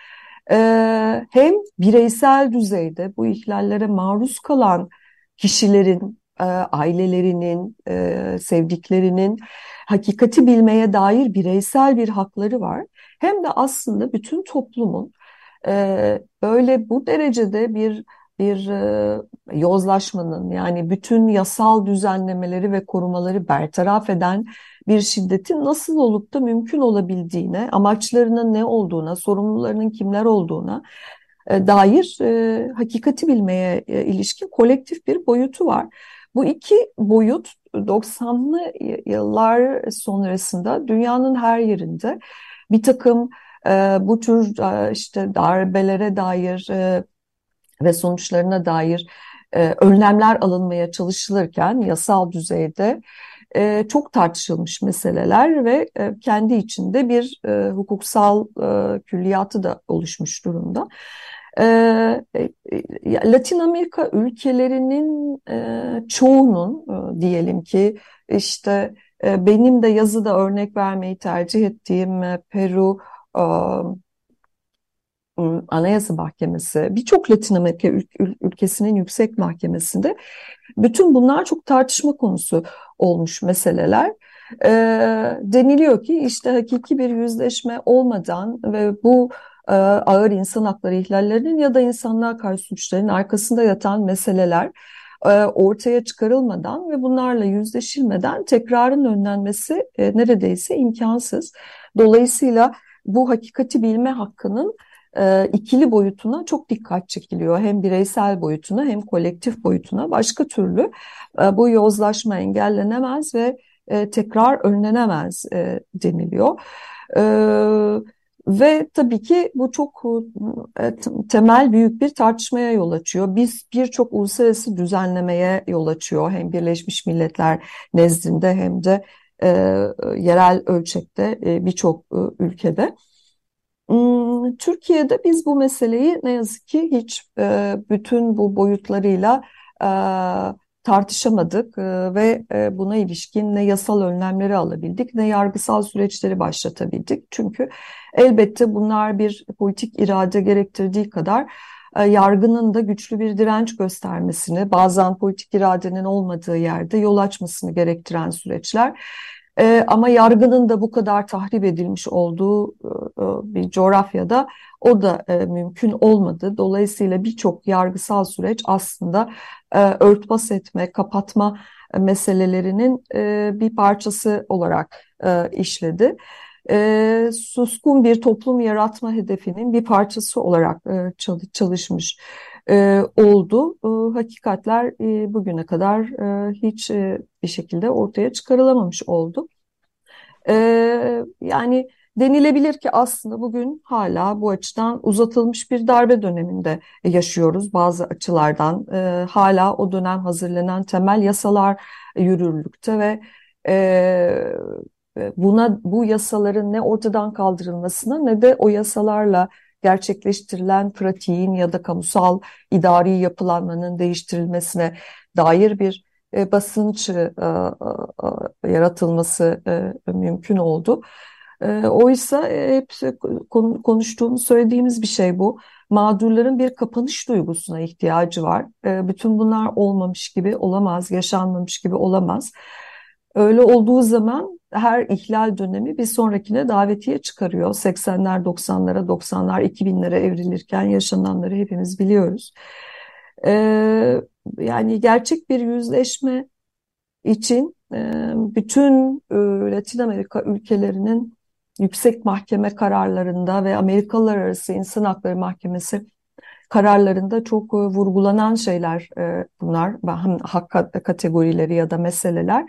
Ee, hem bireysel düzeyde bu ihlallere maruz kalan kişilerin, e, ailelerinin, e, sevdiklerinin hakikati bilmeye dair bireysel bir hakları var. Hem de aslında bütün toplumun e, böyle bu derecede bir bir e, yozlaşmanın, yani bütün yasal düzenlemeleri ve korumaları bertaraf eden bir şiddetin nasıl olup da mümkün olabildiğine, amaçlarının ne olduğuna, sorumlularının kimler olduğuna e, dair e, hakikati bilmeye e, ilişkin kolektif bir boyutu var. Bu iki boyut doksanlı yıllar sonrasında dünyanın her yerinde bir takım e, bu tür e, işte darbelere dair e, ve sonuçlarına dair e, önlemler alınmaya çalışılırken yasal düzeyde e, çok tartışılmış meseleler ve e, kendi içinde bir e, hukuksal e, külliyatı da oluşmuş durumda. E, e, Latin Amerika ülkelerinin e, çoğunun e, diyelim ki işte e, benim de yazıda örnek vermeyi tercih ettiğim e, Peru, e, Anayasa Mahkemesi, birçok Latin Amerika ül ül ülkesinin yüksek mahkemesinde bütün bunlar çok tartışma konusu olmuş meseleler. E, deniliyor ki işte hakiki bir yüzleşme olmadan ve bu e, ağır insan hakları ihlallerinin ya da insanlığa karşı suçların arkasında yatan meseleler e, ortaya çıkarılmadan ve bunlarla yüzleşilmeden tekrarın önlenmesi e, neredeyse imkansız. Dolayısıyla bu hakikati bilme hakkının e, ikili boyutuna çok dikkat çekiliyor. Hem bireysel boyutuna hem kolektif boyutuna. Başka türlü e, bu yozlaşma engellenemez ve e, tekrar önlenemez e, deniliyor. E, ve tabii ki bu çok e, temel büyük bir tartışmaya yol açıyor. Biz birçok uluslararası düzenlemeye yol açıyor. Hem Birleşmiş Milletler nezdinde hem de e, yerel ölçekte e, birçok e, ülkede. Türkiye'de biz bu meseleyi ne yazık ki hiç e, bütün bu boyutlarıyla e, tartışamadık e, ve e, buna ilişkin ne yasal önlemleri alabildik ne yargısal süreçleri başlatabildik. Çünkü elbette bunlar bir politik irade gerektirdiği kadar e, yargının da güçlü bir direnç göstermesini, bazen politik iradenin olmadığı yerde yol açmasını gerektiren süreçler. Ee, ama yargının da bu kadar tahrip edilmiş olduğu e, bir coğrafyada o da e, mümkün olmadı. Dolayısıyla birçok yargısal süreç aslında e, örtbas etme, kapatma meselelerinin e, bir parçası olarak e, işledi. E, suskun bir toplum yaratma hedefinin bir parçası olarak e, çalışmış e, oldu. E, hakikatler e, bugüne kadar e, hiç e, bir şekilde ortaya çıkarılamamış oldu. E, yani denilebilir ki aslında bugün hala bu açıdan uzatılmış bir darbe döneminde yaşıyoruz bazı açılardan. E, hala o dönem hazırlanan temel yasalar yürürlükte ve e, buna bu yasaların ne ortadan kaldırılmasına ne de o yasalarla gerçekleştirilen pratiğin ya da kamusal idari yapılanmanın değiştirilmesine dair bir e, basınç e, e, yaratılması e, mümkün oldu. E, oysa e, hep konuştuğumuz, söylediğimiz bir şey bu. Mağdurların bir kapanış duygusuna ihtiyacı var. E, bütün bunlar olmamış gibi olamaz, yaşanmamış gibi olamaz. Öyle olduğu zaman her ihlal dönemi bir sonrakine davetiye çıkarıyor. seksenler, doksanlara, doksanlar, iki binlere evrilirken yaşananları hepimiz biliyoruz. Ee, yani gerçek bir yüzleşme için e, bütün e, Latin Amerika ülkelerinin yüksek mahkeme kararlarında ve Amerikalılar Arası İnsan Hakları Mahkemesi kararlarında çok e, vurgulanan şeyler e, bunlar. Hak kategorileri ya da meseleler.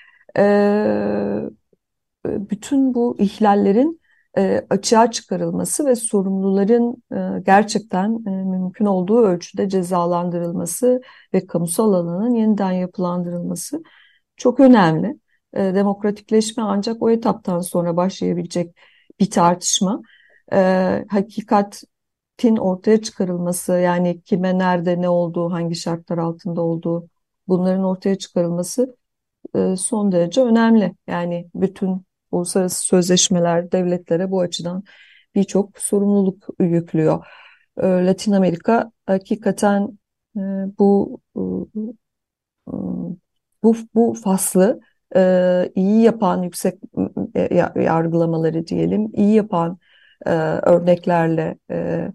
Ee, bütün bu ihlallerin e, açığa çıkarılması ve sorumluların e, gerçekten e, mümkün olduğu ölçüde cezalandırılması ve kamusal alanın yeniden yapılandırılması çok önemli. E, demokratikleşme ancak o etaptan sonra başlayabilecek bir tartışma. E, hakikatin ortaya çıkarılması, yani kime nerede ne olduğu, hangi şartlar altında olduğu, bunların ortaya çıkarılması e, son derece önemli. Yani bütün uluslararası sözleşmeler devletlere bu açıdan birçok sorumluluk yüklüyor. E, Latin Amerika hakikaten e, bu e, bu bu faslı e, iyi yapan yüksek e, ya- yargılamaları diyelim, iyi yapan e, örneklerle e,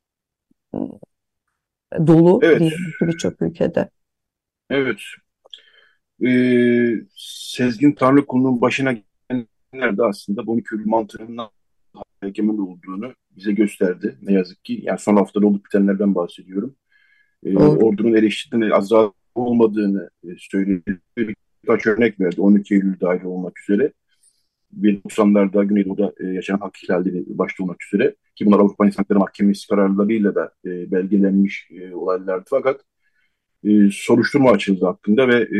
dolu Evet, diyelim ki birçok ülkede. evet. Ee, Sezgin Tanrıkulu'nun başına gelenler de aslında bu on iki Eylül mantığının egemen olduğunu bize gösterdi. Ne yazık ki. Yani son haftada olup bitenlerden bahsediyorum. Ee, Doğru. ordunun eleştirdiğini az daha olmadığını e, söyledi. Birkaç örnek verdi. on iki Eylül dahil olmak üzere. Ve doksanlarda Güneydoğu'da e, yaşanan hak ihlalleri başta olmak üzere. Ki bunlar Avrupa İnsan Hakları Mahkemesi kararlarıyla da e, belgelenmiş e, olaylardı. Fakat e, soruşturma açıldı hakkında ve e,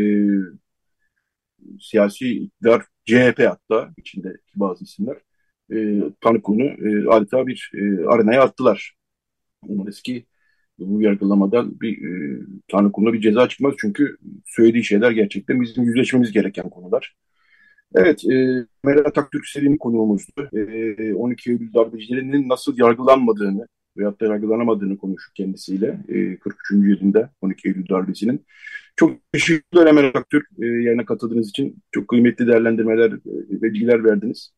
siyasi iktidar C H P hatta içindeki bazı isimler e, Tanıkulu'nu e, adeta bir e, arenaya attılar. Umarız ki bu yargılamadan bir e, Tanıkulu'na bir ceza çıkmaz. Çünkü söylediği şeyler gerçekten bizim yüzleşmemiz gereken konular. Evet, e, Meral Akgün Selim konuğumuzdu. E, on iki Eylül darbecilerinin nasıl yargılanmadığını veyahut da yargılanamadığını konuştuk kendisiyle. E, kırk üçüncü yılında on iki Eylül darbesinin. Çok teşekkürler Emel Aktürk e, yayına katıldığınız için. Çok kıymetli değerlendirmeler e, ve bilgiler verdiniz.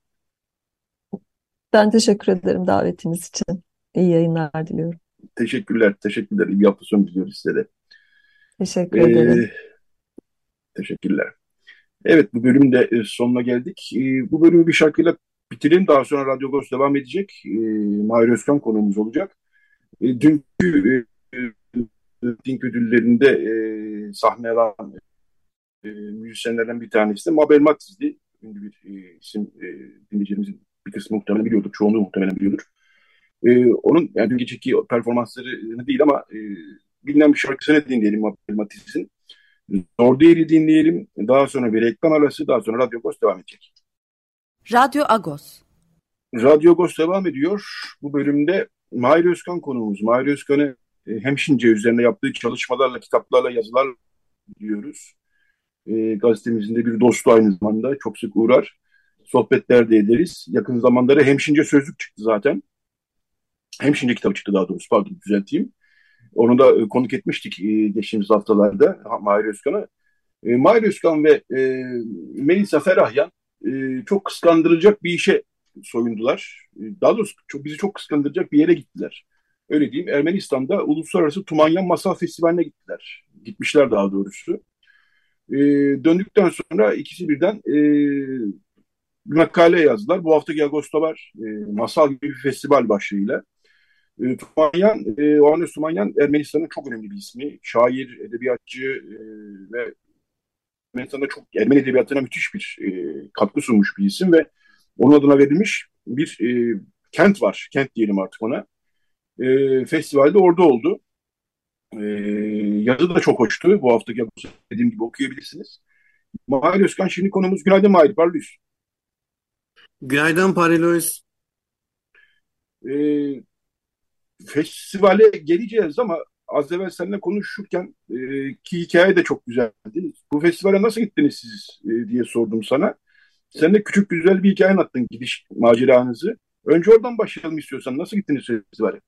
Ben teşekkür ederim davetiniz için. İyi yayınlar diliyorum. Teşekkürler, teşekkürler. İyi bir hafta sonu diliyoruz size de. Teşekkür ederim. E, Teşekkürler. Evet, bu bölümün de e, sonuna geldik. E, bu bölümü bir şarkıyla bitirelim. Daha sonra Radyo Agos devam edecek. E, Mahir Özkan konuğumuz olacak. E, dünkü e, Dink ödüllerinde e, sahne alan e, müzisyenlerden bir tanesi de Mabel Matiz'di. Ünlü bir e, isim, e, dinleyicilerimizin bir kısmı muhtemelen biliyordur, çoğunluğu muhtemelen biliyordur. E, onun yani dün geceki performanslarını değil ama e, bilinen bir şarkısını dinleyelim Mabel Matiz'in. Zor Değil'i dinleyelim. Daha sonra bir reklam arası, daha sonra Radyo Agos devam edecek. Radyo Agos. Radyo Agos devam ediyor. Bu bölümde Mahir Özkan konuğumuz. Mahir Özkan'ı e, Hemşince üzerine yaptığı çalışmalarla, kitaplarla, yazılarla biliyoruz. E, gazetemizin de bir dostu aynı zamanda. Çok sık uğrar. Sohbetler de ederiz. Yakın zamanlarda Hemşince Sözlük çıktı zaten. Hemşince kitabı çıktı daha doğrusu. Pardon düzelteyim. Onu da e, konuk etmiştik e, geçtiğimiz haftalarda Mahir Özkan'a. E, Mahir Özkan ve e, Melisa Ferahyan e, çok kıskandırılacak bir işe soyundular. E, daha doğrusu çok, bizi çok kıskandıracak bir yere gittiler. Öyle diyeyim. Ermenistan'da Uluslararası Tumanyan Masal Festivali'ne gittiler. Gitmişler daha doğrusu. E, Döndükten sonra ikisi birden e, bir makale yazdılar. Bu haftaki Ağustos'ta var. E, masal gibi bir festival başlığıyla. E, Tumanyan, e, Oğuz Tumanyan Ermenistan'ın çok önemli bir ismi. Şair, edebiyatçı e, ve Ermenistan'da çok Ermeni edebiyatına müthiş bir e, katkı sunmuş bir isim ve onun adına verilmiş bir e, kent var. Kent diyelim artık ona. E, festivalde orada oldu. E, Yazı da çok hoştu. Bu haftaki dediğim gibi okuyabilirsiniz. Mahir Özkan şimdi konumuz. Günaydın Mahir, parlıyız. Günaydın Parilois. E, Festivale geleceğiz ama az evvel seninle konuşurken e, ki hikaye de çok güzeldi. Bu festivale nasıl gittiniz siz e, diye sordum sana. Sen de küçük güzel bir hikaye anlattın gidiş maceranızı. Önce oradan başlayalım istiyorsan. Nasıl gittiniz festivale?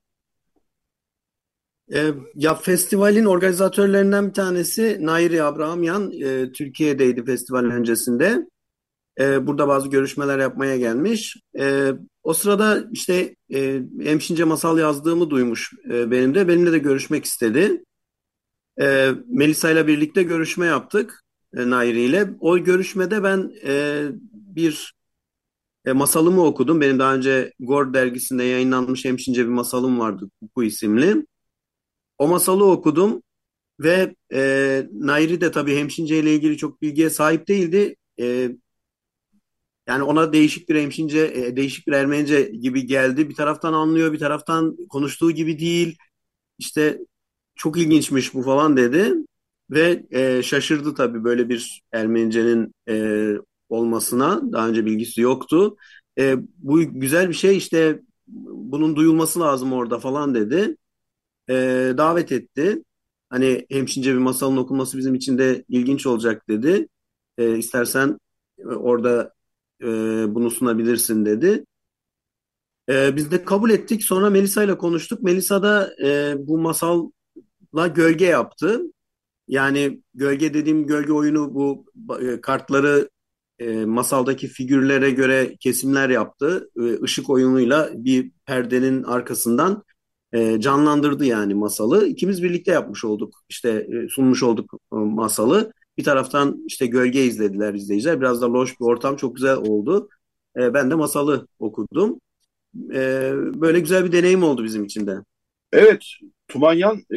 Ee, ya festivalin organizatörlerinden bir tanesi Nairi Abrahamyan e, Türkiye'deydi festivalin öncesinde. E, burada bazı görüşmeler yapmaya gelmiş. E, o sırada işte e, Hemşince masal yazdığımı duymuş e, benim de. Benimle de görüşmek istedi. E, Melisa ile birlikte görüşme yaptık e, Nairi ile. O görüşmede ben e, bir E, masalımı okudum. Benim daha önce Gor dergisinde yayınlanmış Hemşince bir masalım vardı Kuku isimli. O masalı okudum ve e, Nairi de tabii Hemşince ile ilgili çok bilgiye sahip değildi. E, yani ona değişik bir Hemşince, e, değişik bir Ermenice gibi geldi. Bir taraftan anlıyor, bir taraftan konuştuğu gibi değil. İşte çok ilginçmiş bu falan dedi. Ve e, şaşırdı tabii böyle bir Ermenice'nin e, olmasına. Daha önce bilgisi yoktu. E, bu güzel bir şey işte bunun duyulması lazım orada falan dedi. E, davet etti. Hani hemşince bir masalın okunması bizim için de ilginç olacak dedi. E, istersen e, orada e, bunu sunabilirsin dedi. E, biz de kabul ettik. Sonra Melisa ile konuştuk. Melisa da e, bu masalla gölge yaptı. Yani gölge dediğim gölge oyunu bu e, kartları e, masaldaki figürlere göre kesimler yaptı. E, ışık oyunuyla bir perdenin arkasından e, canlandırdı yani masalı. İkimiz birlikte yapmış olduk. İşte e, sunmuş olduk e, masalı. Bir taraftan işte gölge izlediler izleyiciler. Biraz da loş bir ortam, çok güzel oldu. E, ben de masalı okudum. E, Böyle güzel bir deneyim oldu bizim için de. Evet, Tumanyan e,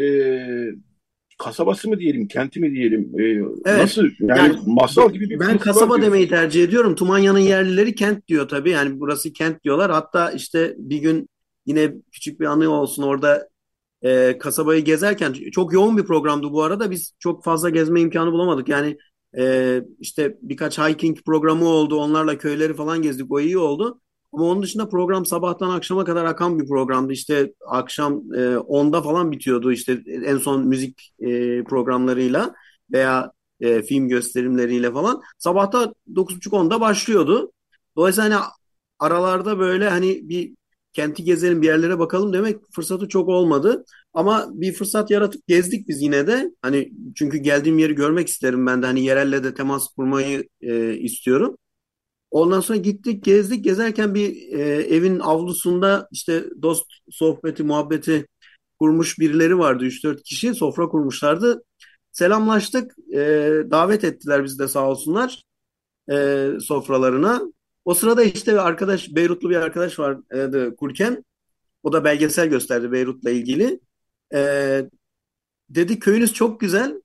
kasabası mı diyelim, kenti mi diyelim, e, Evet. nasıl yani Yani masal gibi bir ben festival kasaba demeyi diyorsunuz. tercih ediyorum. Tumanya'nın yerlileri kent diyor tabii. Yani burası kent diyorlar. Hatta işte bir gün yine küçük bir anı olsun orada e, kasabayı gezerken çok yoğun bir programdı bu arada. Biz çok fazla gezme imkanı bulamadık. Yani e, işte birkaç hiking programı oldu. Onlarla köyleri falan gezdik. O iyi oldu. Ama onun dışında program sabahtan akşama kadar akan bir programdı. İşte akşam e, onda falan bitiyordu. İşte en son müzik e, programlarıyla veya e, film gösterimleriyle falan. Sabahta dokuz buçuk onda başlıyordu. Dolayısıyla hani aralarda böyle hani bir kenti gezelim bir yerlere bakalım demek fırsatı çok olmadı. Ama bir fırsat yaratıp gezdik biz yine de. Hani çünkü geldiğim yeri görmek isterim ben de. Hani yerelle de temas kurmayı e, istiyorum. Ondan sonra gittik, gezdik. Gezerken bir e, evin avlusunda işte dost sohbeti, muhabbeti kurmuş birileri vardı. Üç dört kişi sofra kurmuşlardı. Selamlaştık. E, davet ettiler bizi de sağ olsunlar e, sofralarına. O sırada işte bir arkadaş, Beyrutlu bir arkadaş vardı kurken. O da belgesel gösterdi Beyrut'la ilgili. E, Dedi köyünüz çok güzel.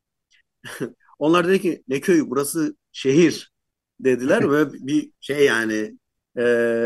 Onlar dedi ki ne köyü burası şehir dediler. Böyle bir şey yani e,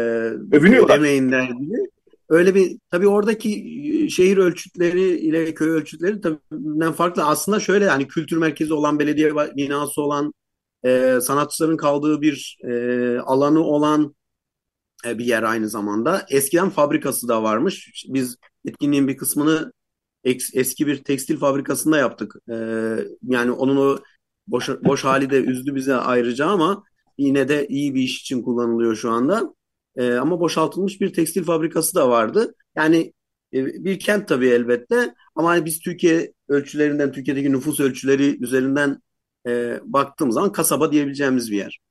köy Övünüyorlar. demeyin gibi. Öyle bir tabii oradaki şehir ölçütleri ile köy ölçütleri tabii farklı. Aslında şöyle yani kültür merkezi olan belediye binası olan e, sanatçıların kaldığı bir e, alanı olan e, bir yer aynı zamanda. Eskiden fabrikası da varmış. Biz etkinliğin bir kısmını eski bir tekstil fabrikasında yaptık. Ee, yani onun o boş, boş hali de üzdü bize ayrıca ama yine de iyi bir iş için kullanılıyor şu anda. Ee, ama boşaltılmış bir tekstil fabrikası da vardı. Yani e, bir kent tabii elbette ama hani biz Türkiye ölçülerinden, Türkiye'deki nüfus ölçüleri üzerinden e, baktığımız zaman kasaba diyebileceğimiz bir yer.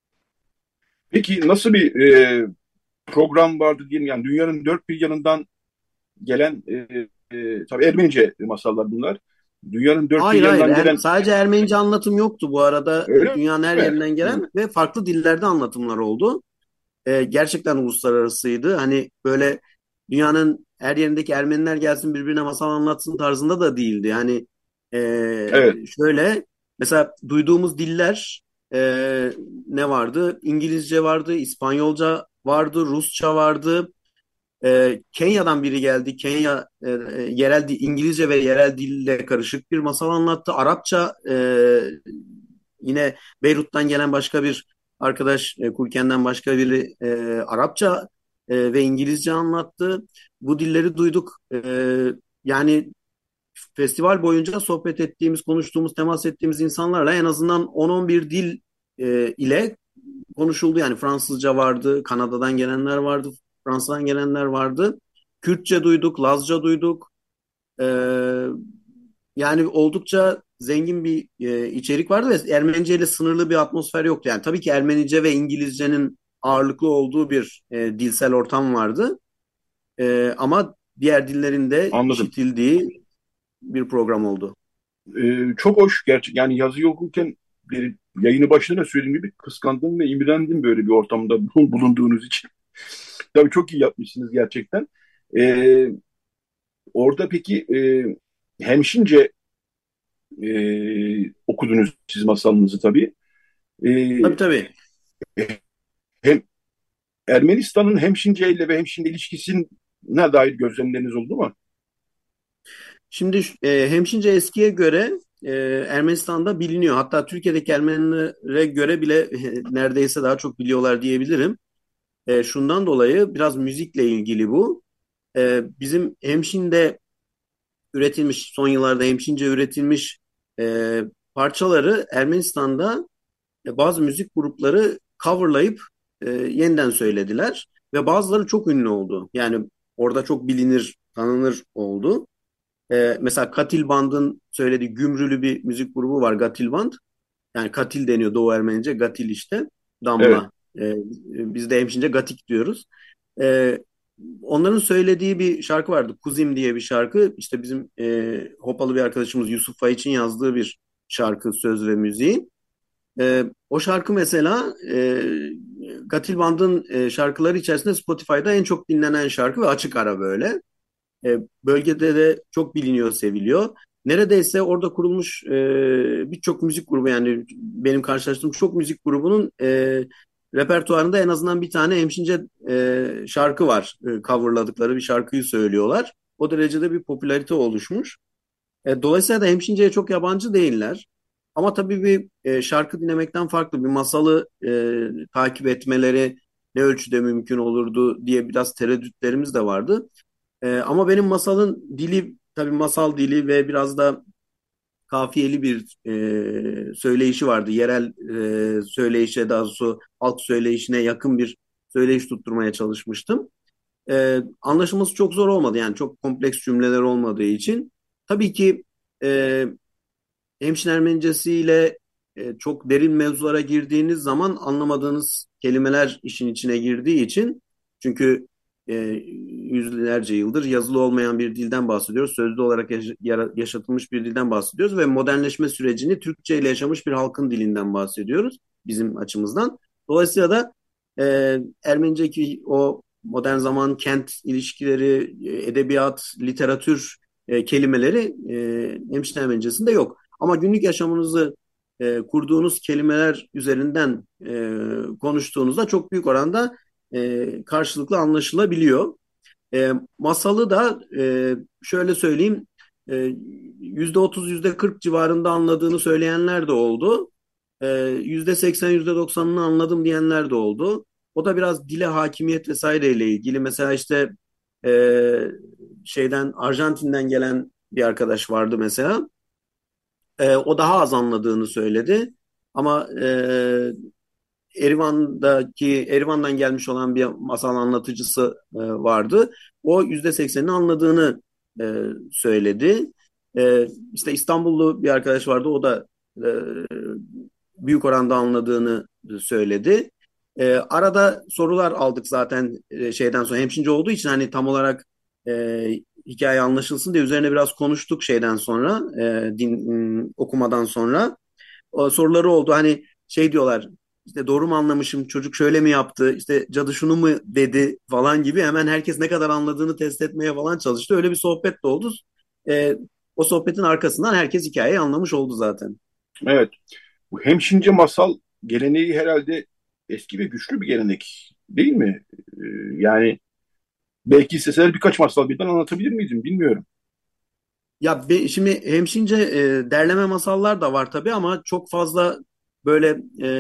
Peki nasıl bir e, program vardı diyelim, yani dünyanın dört bir yanından gelen, e, e, tabii Ermenice masallar bunlar. Dünyanın dört bir Hayır hayır. yanından Er- gelen, sadece Ermenice anlatım yoktu bu arada. E, öyle Dünyanın her mi? yerinden Hı. gelen ve farklı dillerde anlatımlar oldu. E, gerçekten uluslararasıydı. Hani böyle dünyanın her yerindeki Ermeniler gelsin birbirine masal anlatsın tarzında da değildi. Yani e, Evet, şöyle mesela duyduğumuz diller e, ne vardı? İngilizce vardı, İspanyolca vardı, Rusça vardı. E, Kenya'dan biri geldi. Kenya e, e, yerel dil, İngilizce ve yerel dille karışık bir masal anlattı. Arapça e, yine Beyrut'tan gelen başka bir arkadaş, e, Kulken'den başka biri e, Arapça e, ve İngilizce anlattı. Bu dilleri duyduk. E, yani festival boyunca sohbet ettiğimiz, konuştuğumuz, temas ettiğimiz insanlarla en azından on on bir dil e, ile konuşuldu. Yani Fransızca vardı, Kanada'dan gelenler vardı, Fransa'dan gelenler vardı. Kürtçe duyduk, Lazca duyduk. Ee, Yani oldukça zengin bir e, içerik vardı ve Ermenice ile sınırlı bir atmosfer yoktu. Yani tabii ki Ermenice ve İngilizcenin ağırlıklı olduğu bir e, dilsel ortam vardı. E, ama diğer dillerin de anladım. işitildiği bir program oldu. E, çok hoş gerçek. Yani yazıyı okurken, bir, yayını başında da söylediğim gibi kıskandım ve imrendim böyle bir ortamda bulunduğunuz için. Tabii çok iyi yapmışsınız gerçekten. E, Orada peki e, hemşince e, okudunuz siz masalınızı tabii. E, Tabii tabii. hem Ermenistan'ın hemşince ile ve hemşince ilişkisine dair gözlemleriniz oldu mu? Şimdi e, hemşince eskiye göre e, Ermenistan'da biliniyor. Hatta Türkiye'deki Ermenilere göre bile e, neredeyse daha çok biliyorlar diyebilirim. E, şundan dolayı biraz müzikle ilgili bu. E, bizim hemşinde üretilmiş, son yıllarda hemşince üretilmiş e, parçaları Ermenistan'da e, bazı müzik grupları coverlayıp e, yeniden söylediler. ve bazıları çok ünlü oldu. Yani orada çok bilinir, tanınır oldu. Ee, mesela Katil Band'ın söylediği Gümrülü bir müzik grubu var, Gatil Band. Yani katil deniyor Doğu Ermenice, Gatil işte, Evet. damla. Ee, biz de hemşince Gatik diyoruz. Ee, Onların söylediği bir şarkı vardı. Kuzim diye bir şarkı. İşte bizim e, Hopalı bir arkadaşımız Yusuf Fay için yazdığı bir şarkı, söz ve müziği. Ee, o şarkı mesela e, Gatil Band'ın e, şarkıları içerisinde Spotify'da en çok dinlenen şarkı ve açık ara böyle. E, bölgede de çok biliniyor, seviliyor. Neredeyse orada kurulmuş e, birçok müzik grubu, yani benim karşılaştığım çok müzik grubunun e, repertuarında en azından bir tane hemşince e, şarkı var. E, coverladıkları bir şarkıyı söylüyorlar. O derecede bir popülarite oluşmuş. E, dolayısıyla da hemşinceye çok yabancı değiller. Ama tabii bir e, şarkı dinlemekten farklı bir masalı e, takip etmeleri ne ölçüde mümkün olurdu diye biraz tereddütlerimiz de vardı. Ee, ama benim masalın dili tabii masal dili ve biraz da kafiyeli bir e, söyleyişi vardı. Yerel e, söyleyişe, daha doğrusu halk söyleyişine yakın bir söyleyiş tutturmaya çalışmıştım. E, anlaşılması çok zor olmadı, yani çok kompleks cümleler olmadığı için. Tabii ki e, Hemşin Ermenicesiyle e, çok derin mevzulara girdiğiniz zaman anlamadığınız kelimeler işin içine girdiği için, çünkü e, yüzlerce yıldır yazılı olmayan bir dilden bahsediyoruz. Sözlü olarak yaş- yara- yaşatılmış bir dilden bahsediyoruz ve modernleşme sürecini Türkçe ile yaşamış bir halkın dilinden bahsediyoruz bizim açımızdan. Dolayısıyla da e, Ermenice'deki o modern zaman kent ilişkileri, e, edebiyat, literatür e, kelimeleri e, Hemşin Ermenicesi'nde yok. Ama günlük yaşamınızı e, kurduğunuz kelimeler üzerinden e, konuştuğunuzda çok büyük oranda e, karşılıklı anlaşılabiliyor. E, masalı da e, şöyle söyleyeyim, e, yüzde otuz, yüzde kırk civarında anladığını söyleyenler de oldu. E, yüzde seksen, yüzde doksanını anladım diyenler de oldu. O da biraz dile hakimiyet vesaireyle ilgili. Mesela işte e, şeyden Arjantin'den gelen bir arkadaş vardı mesela. E, o daha az anladığını söyledi. Ama e, Erivan'daki Erivan'dan gelmiş olan bir masal anlatıcısı e, vardı. O yüzde seksenini anladığını e, söyledi. E, işte İstanbullu bir arkadaş vardı. O da e, büyük oranda anladığını söyledi. E, arada sorular aldık zaten e, şeyden sonra, hemşince olduğu için hani tam olarak e, hikaye anlaşılsın diye üzerine biraz konuştuk şeyden sonra, e, din okumadan sonra. O soruları oldu. Hani şey diyorlar, işte doğru mu anlamışım, çocuk şöyle mi yaptı, işte cadı şunu mu dedi falan gibi, hemen herkes ne kadar anladığını test etmeye falan çalıştı. Öyle bir sohbet de oldu. Ee, O sohbetin arkasından herkes hikayeyi anlamış oldu zaten. Evet. Bu hemşince masal geleneği herhalde eski ve güçlü bir gelenek değil mi? Ee, yani belki isteseler birkaç masal birden anlatabilir miydim bilmiyorum. Ya be- şimdi hemşince e, derleme masallar da var tabii, ama çok fazla böyle e,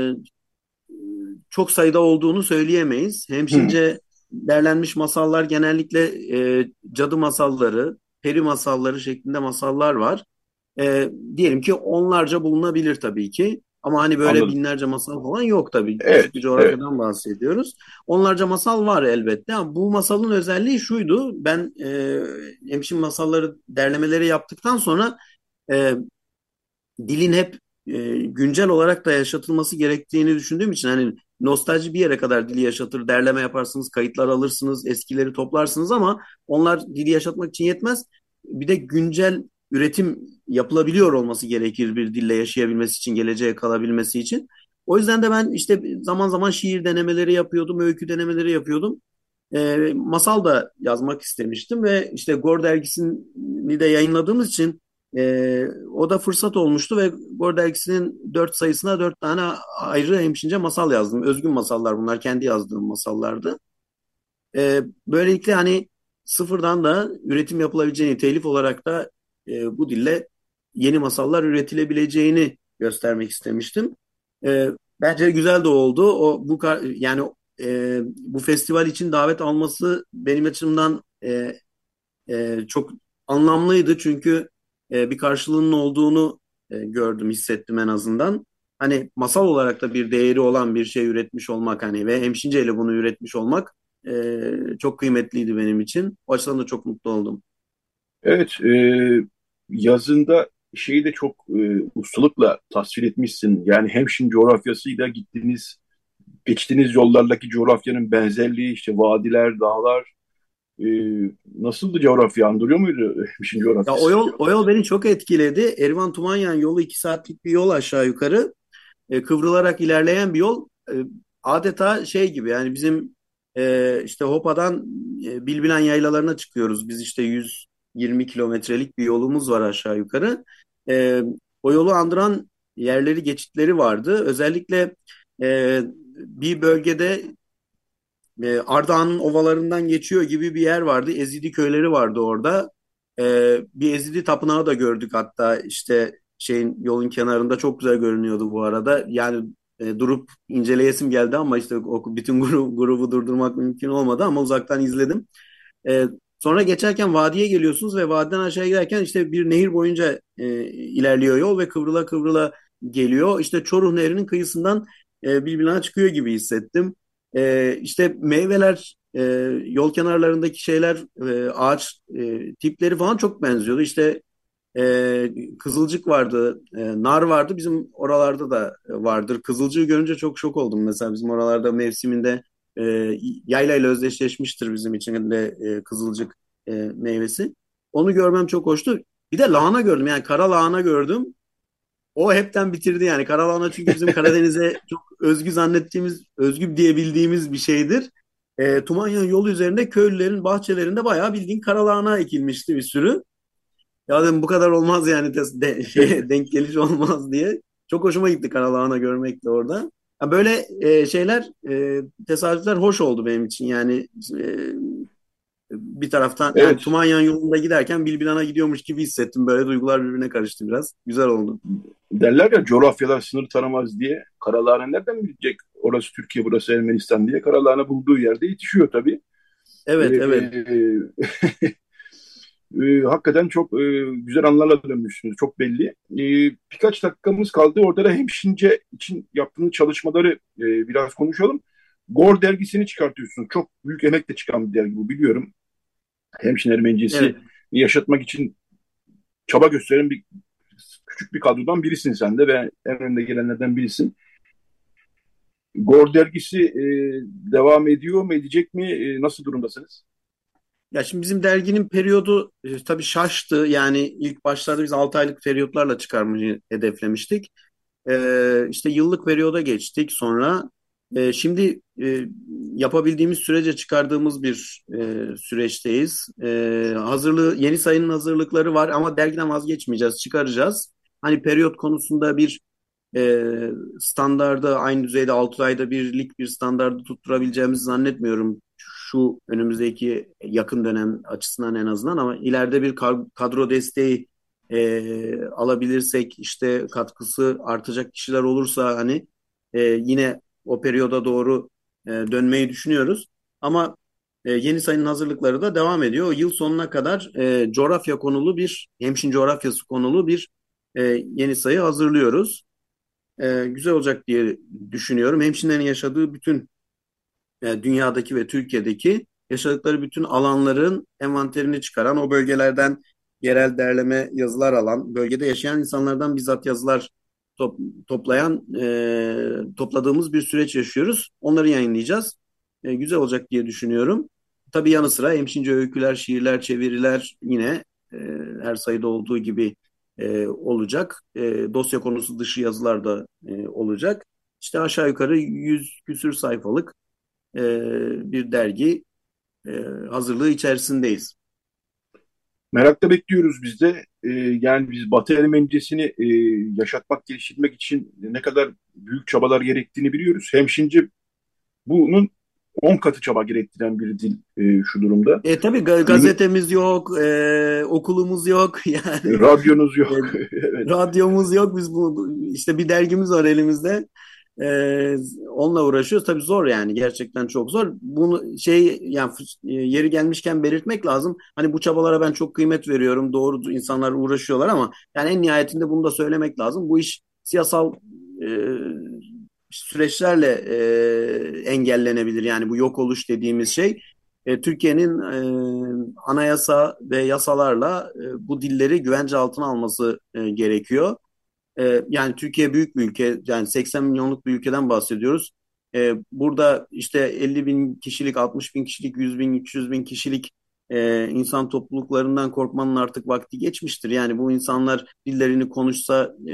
çok sayıda olduğunu söyleyemeyiz. Hı, Hemşince derlenmiş masallar genellikle e, cadı masalları, peri masalları şeklinde masallar var. E, diyelim ki onlarca bulunabilir tabii ki. Ama hani böyle anladım. binlerce masal falan yok tabii. Evet, Küçük bir evet. coğrafyadan bahsediyoruz. Onlarca masal var elbette. Ama bu masalın özelliği şuydu. Ben e, hemşin masalları derlemeleri yaptıktan sonra e, dilin hep e, güncel olarak da yaşatılması gerektiğini düşündüğüm için, hani nostalji bir yere kadar dili yaşatır, derleme yaparsınız, kayıtlar alırsınız, eskileri toplarsınız, ama onlar dili yaşatmak için yetmez. Bir de güncel üretim yapılabiliyor olması gerekir bir dille yaşayabilmesi için, geleceğe kalabilmesi için. O yüzden de ben işte zaman zaman şiir denemeleri yapıyordum, öykü denemeleri yapıyordum. E, masal da yazmak istemiştim ve işte Gor dergisini de yayınladığımız için e, o da fırsat olmuştu ve Gor dergisinin dört sayısına dört tane ayrı hemşince masal yazdım. Özgün masallar bunlar, kendi yazdığım masallardı. E, böylelikle hani sıfırdan da üretim yapılabileceğini, telif olarak da e, bu dille yeni masallar üretilebileceğini göstermek istemiştim. E, Bence güzel de oldu. O bu yani e, bu festival için davet alması benim açımdan e, e, çok anlamlıydı, çünkü e, bir karşılığının olduğunu e, gördüm, hissettim en azından. Hani masal olarak da bir değeri olan bir şey üretmiş olmak, hani ve hemşinceyle bunu üretmiş olmak e, çok kıymetliydi benim için. O açıdan da çok mutlu oldum. Evet, e, yazında şeyi de çok e, ustalıkla tasvir etmişsin. Yani Hemşin coğrafyasıyla gittiğiniz, geçtiğiniz yollardaki coğrafyanın benzerliği, işte vadiler, dağlar, e, nasıldı coğrafya? Andırıyor muydu Hemşin Ya o coğrafyası? yol o yol beni çok etkiledi. Erivan Tumanyan yolu iki saatlik bir yol aşağı yukarı. E, kıvrılarak ilerleyen bir yol. E, adeta şey gibi yani bizim e, işte Hopa'dan e, Bilbilen yaylalarına çıkıyoruz. Biz işte yüz yirmi kilometrelik bir yolumuz var aşağı yukarı. E, o yolu andıran yerleri, geçitleri vardı. Özellikle e, bir bölgede e, Ardahan'ın ovalarından geçiyor gibi bir yer vardı. Ezidi köyleri vardı orada. E, bir Ezidi tapınağı da gördük hatta işte şeyin yolun kenarında çok güzel görünüyordu bu arada. Yani e, durup inceleyesim geldi ama işte o, bütün grubu, grubu durdurmak mümkün olmadı ama uzaktan izledim. E, sonra geçerken vadiye geliyorsunuz ve vadiden aşağı giderken işte bir nehir boyunca e, ilerliyor yol ve kıvrıla kıvrıla geliyor. İşte Çoruh Nehri'nin kıyısından e, Bilbilan'a çıkıyor gibi hissettim. E, işte meyveler, e, yol kenarlarındaki şeyler, e, ağaç e, tipleri falan çok benziyordu. İşte e, kızılcık vardı, e, nar vardı. Bizim oralarda da vardır. Kızılcığı görünce çok şok oldum. Mesela bizim oralarda mevsiminde e, yaylayla özdeşleşmiştir bizim için de e, kızılcık e, meyvesi. Onu görmem çok hoştu. Bir de lahana gördüm. Yani kara lahana gördüm. O hepten bitirdi yani. Kara lahana çünkü bizim Karadeniz'e çok özgü zannettiğimiz, özgü diyebildiğimiz bir şeydir. E, Tumanyan yolu üzerinde köylülerin bahçelerinde bayağı bildiğin kara lahana ekilmişti bir sürü. Ya dedim bu kadar olmaz yani de, de- şeye denk geliş olmaz diye. Çok hoşuma gitti karalahana görmek de orada. Ya böyle e, şeyler e, tesadüfler hoş oldu benim için. Yani e, bir taraftan yani Evet, Tumanyan yolunda giderken Bilbilan'a gidiyormuş gibi hissettim. Böyle duygular birbirine karıştı biraz. Güzel oldu. derler ya coğrafyalar sınır tanımaz diye. Karalahane nereden bilecek? Orası Türkiye, burası Ermenistan diye. Karalahane bulduğu yerde yetişiyor tabii. E, Evet, evet. e, hakikaten çok e, güzel anlarla dönmüşsünüz. Çok belli. E, birkaç dakikamız kaldı. Orada da Hemşince için yaptığınız çalışmaları e, biraz konuşalım. Gor dergisini çıkartıyorsunuz. Çok büyük emekle çıkan bir dergi bu, biliyorum. Hemşin Ermenicesi Evet. yaşatmak için çaba gösteren bir küçük bir kadrodan birisin sen de ve en önde gelenlerden birisin. Gor dergisi e, devam ediyor mu, edecek mi? E, nasıl durumdasınız? Ya şimdi bizim derginin periyodu e, tabii şaştı. Yani ilk başlarda biz altı aylık periyotlarla çıkarmayı hedeflemiştik. Ee, işte yıllık periyoda geçtik sonra. Ee, şimdi e, yapabildiğimiz sürece çıkardığımız bir e, süreçteyiz. Ee, hazırlığı, yeni sayının hazırlıkları var ama dergiden vazgeçmeyeceğiz, çıkaracağız. Hani periyot konusunda bir e, standardı aynı düzeyde altı ayda birlik bir standardı tutturabileceğimizi zannetmiyorum. Şu önümüzdeki yakın dönem açısından en azından ama ileride bir kadro desteği e, alabilirsek işte katkısı artacak kişiler olursa hani e, yine o periyoda doğru e, dönmeyi düşünüyoruz. Ama e, yeni sayının hazırlıkları da devam ediyor. Yıl sonuna kadar e, coğrafya konulu bir, Hemşin coğrafyası konulu bir e, yeni sayı hazırlıyoruz. E, güzel olacak diye düşünüyorum. Hemşinlerin yaşadığı bütün e, dünyadaki ve Türkiye'deki yaşadıkları bütün alanların envanterini çıkaran, o bölgelerden yerel derleme yazılar alan, bölgede yaşayan insanlardan bizzat yazılar top, toplayan, e, topladığımız bir süreç yaşıyoruz. Onları yayınlayacağız. E, güzel olacak diye düşünüyorum. Tabii yanı sıra hemşince öyküler, şiirler, çeviriler yine e, her sayıda olduğu gibi e, olacak. E, dosya konusu dışı yazılar da e, olacak. İşte aşağı yukarı yüz küsür sayfalık e, bir dergi e, hazırlığı içerisindeyiz. Merakla bekliyoruz biz de. Ee, yani biz Batı Ermenicesini e, yaşatmak, geliştirmek için ne kadar büyük çabalar gerektiğini biliyoruz. Hemşince bunun on katı çaba gerektiren bir dil e, şu durumda. E tabii ga- Yeni gazetemiz yok, e, okulumuz yok yani radyonuz e, yok. Evet. radyomuz yok. Biz bu işte bir dergimiz var elimizde. E, onunla uğraşıyoruz. Tabii zor yani gerçekten çok zor. Bunu şey yani e, yeri gelmişken belirtmek lazım. Hani bu çabalara ben çok kıymet veriyorum. Doğru insanlar uğraşıyorlar ama yani en nihayetinde bunu da söylemek lazım. Bu iş siyasal e, süreçlerle e, engellenebilir. Yani bu yok oluş dediğimiz şey e, Türkiye'nin e, anayasa ve yasalarla e, bu dilleri güvence altına alması e, gerekiyor. E, yani Türkiye büyük bir ülke, yani seksen milyonluk bir ülkeden bahsediyoruz. E, burada işte elli bin kişilik, altmış bin kişilik, yüz bin, üç yüz bin kişilik e, insan topluluklarından korkmanın artık vakti geçmiştir. Yani bu insanlar dillerini konuşsa, e,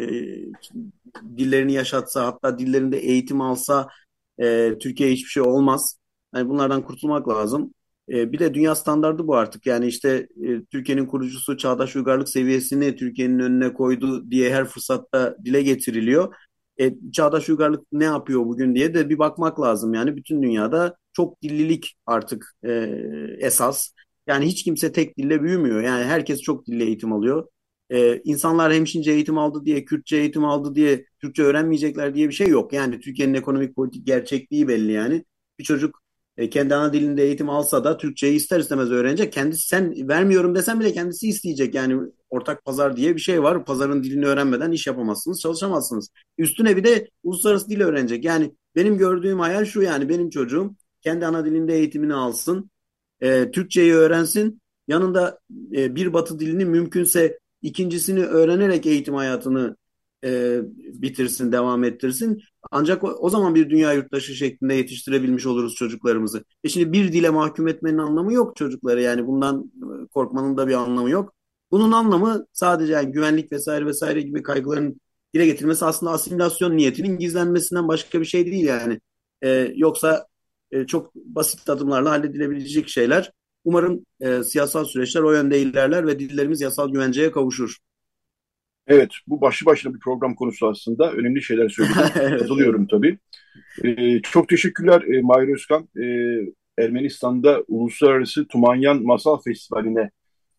dillerini yaşatsa, hatta dillerinde eğitim alsa e, Türkiye hiçbir şey olmaz. Yani bunlardan kurtulmak lazım. E, bir de dünya standardı bu artık. Yani işte e, Türkiye'nin kurucusu çağdaş uygarlık seviyesini Türkiye'nin önüne koydu diye her fırsatta dile getiriliyor. E, çağdaş uygarlık ne yapıyor bugün diye de bir bakmak lazım. Yani bütün dünyada çok dillilik artık e, esas. Yani hiç kimse tek dille büyümüyor. Yani herkes çok dille eğitim alıyor. E, insanlar hemşince eğitim aldı diye, Kürtçe eğitim aldı diye, Türkçe öğrenmeyecekler diye bir şey yok. Yani Türkiye'nin ekonomik politik gerçekliği belli yani. Bir çocuk e, kendi ana dilinde eğitim alsa da Türkçeyi ister istemez öğrenecek. Kendisi sen vermiyorum desen bile kendisi isteyecek. Yani ortak pazar diye bir şey var. Pazarın dilini öğrenmeden iş yapamazsınız, çalışamazsınız. Üstüne bir de uluslararası dil öğrenecek. Yani benim gördüğüm hayal şu, yani benim çocuğum kendi ana dilinde eğitimini alsın, e, Türkçeyi öğrensin. Yanında e, bir batı dilini mümkünse ikincisini öğrenerek eğitim hayatını e, bitirsin, devam ettirsin. Ancak o, o zaman bir dünya yurttaşı şeklinde yetiştirebilmiş oluruz çocuklarımızı. E şimdi bir dile mahkum etmenin anlamı yok çocukları. Yani bundan e, korkmanın da bir anlamı yok. Bunun anlamı sadece yani güvenlik vesaire vesaire gibi kaygıların dile getirilmesi, aslında asimilasyon niyetinin gizlenmesinden başka bir şey değil yani. E, yoksa e, çok basit adımlarla halledilebilecek şeyler. Umarım e, siyasal süreçler o yönde ilerler ve dillerimiz yasal güvenceye kavuşur. Evet, bu başlı başına bir program konusu aslında. Önemli şeyler söyledin. Evet, evet. Katılıyorum tabii. Ee, çok teşekkürler e, Mahir Özkan. Ee, Ermenistan'da Uluslararası Tumanyan Masal Festivali'ne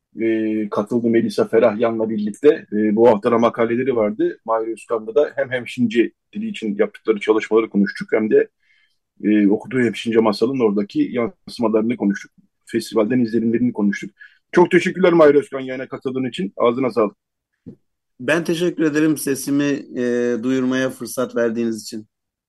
e, katıldı Melisa Ferahyan'la birlikte. E, bu hafta da makaleleri vardı. Mahir Özkan'da da hem hemşince dili için yaptıkları çalışmaları konuştuk, hem de e, okuduğu hemşince masalın oradaki yansımalarını konuştuk. Festivalden izlenimlerini konuştuk. Çok teşekkürler Mahir Özkan, yayına katıldığın için. Ağzına sağlık. Ben teşekkür ederim sesimi e, duyurmaya fırsat verdiğiniz için.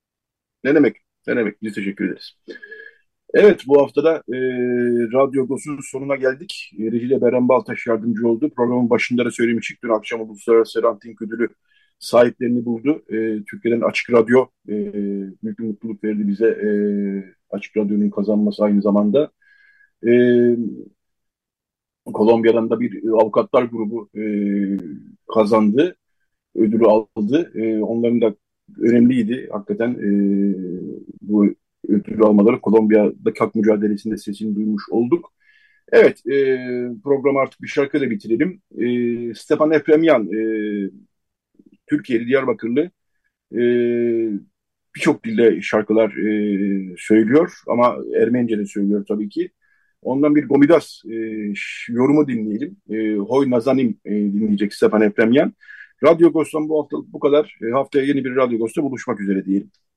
Ne demek? Ne demek? Biz teşekkür ederiz. Evet, bu haftada e, Radyo Agos'un sonuna geldik. E, Rejiyle Beren Baltaş yardımcı oldu. Programın başında da söylemiştik. Dün akşam Uluslararası Ranting Ödülü sahiplerini buldu. E, Türkiye'den Açık Radyo e, büyük bir mutluluk verdi bize. E, Açık Radyo'nun kazanması aynı zamanda. E, Kolombiya'dan da bir avukatlar grubu e, kazandı. Ödülü aldı. E, onların da önemliydi. Hakikaten e, bu ödülü almaları, Kolombiya'daki hak mücadelesinde sesini duymuş olduk. Evet, e, programı artık bir şarkıyla bitirelim. E, Stepan Efremyan, e, Türkiye'li, Diyarbakırlı, e, birçok dilde şarkılar e, söylüyor ama Ermenice de söylüyor tabii ki. Ondan bir Gomidas e, yorumu dinleyelim. E, Hoy Nazanim e, dinleyecek Stepan Efremyan. Radyo Agos'tan bu hafta bu kadar. E, haftaya yeni bir Radyo Agos'ta buluşmak üzere diyelim.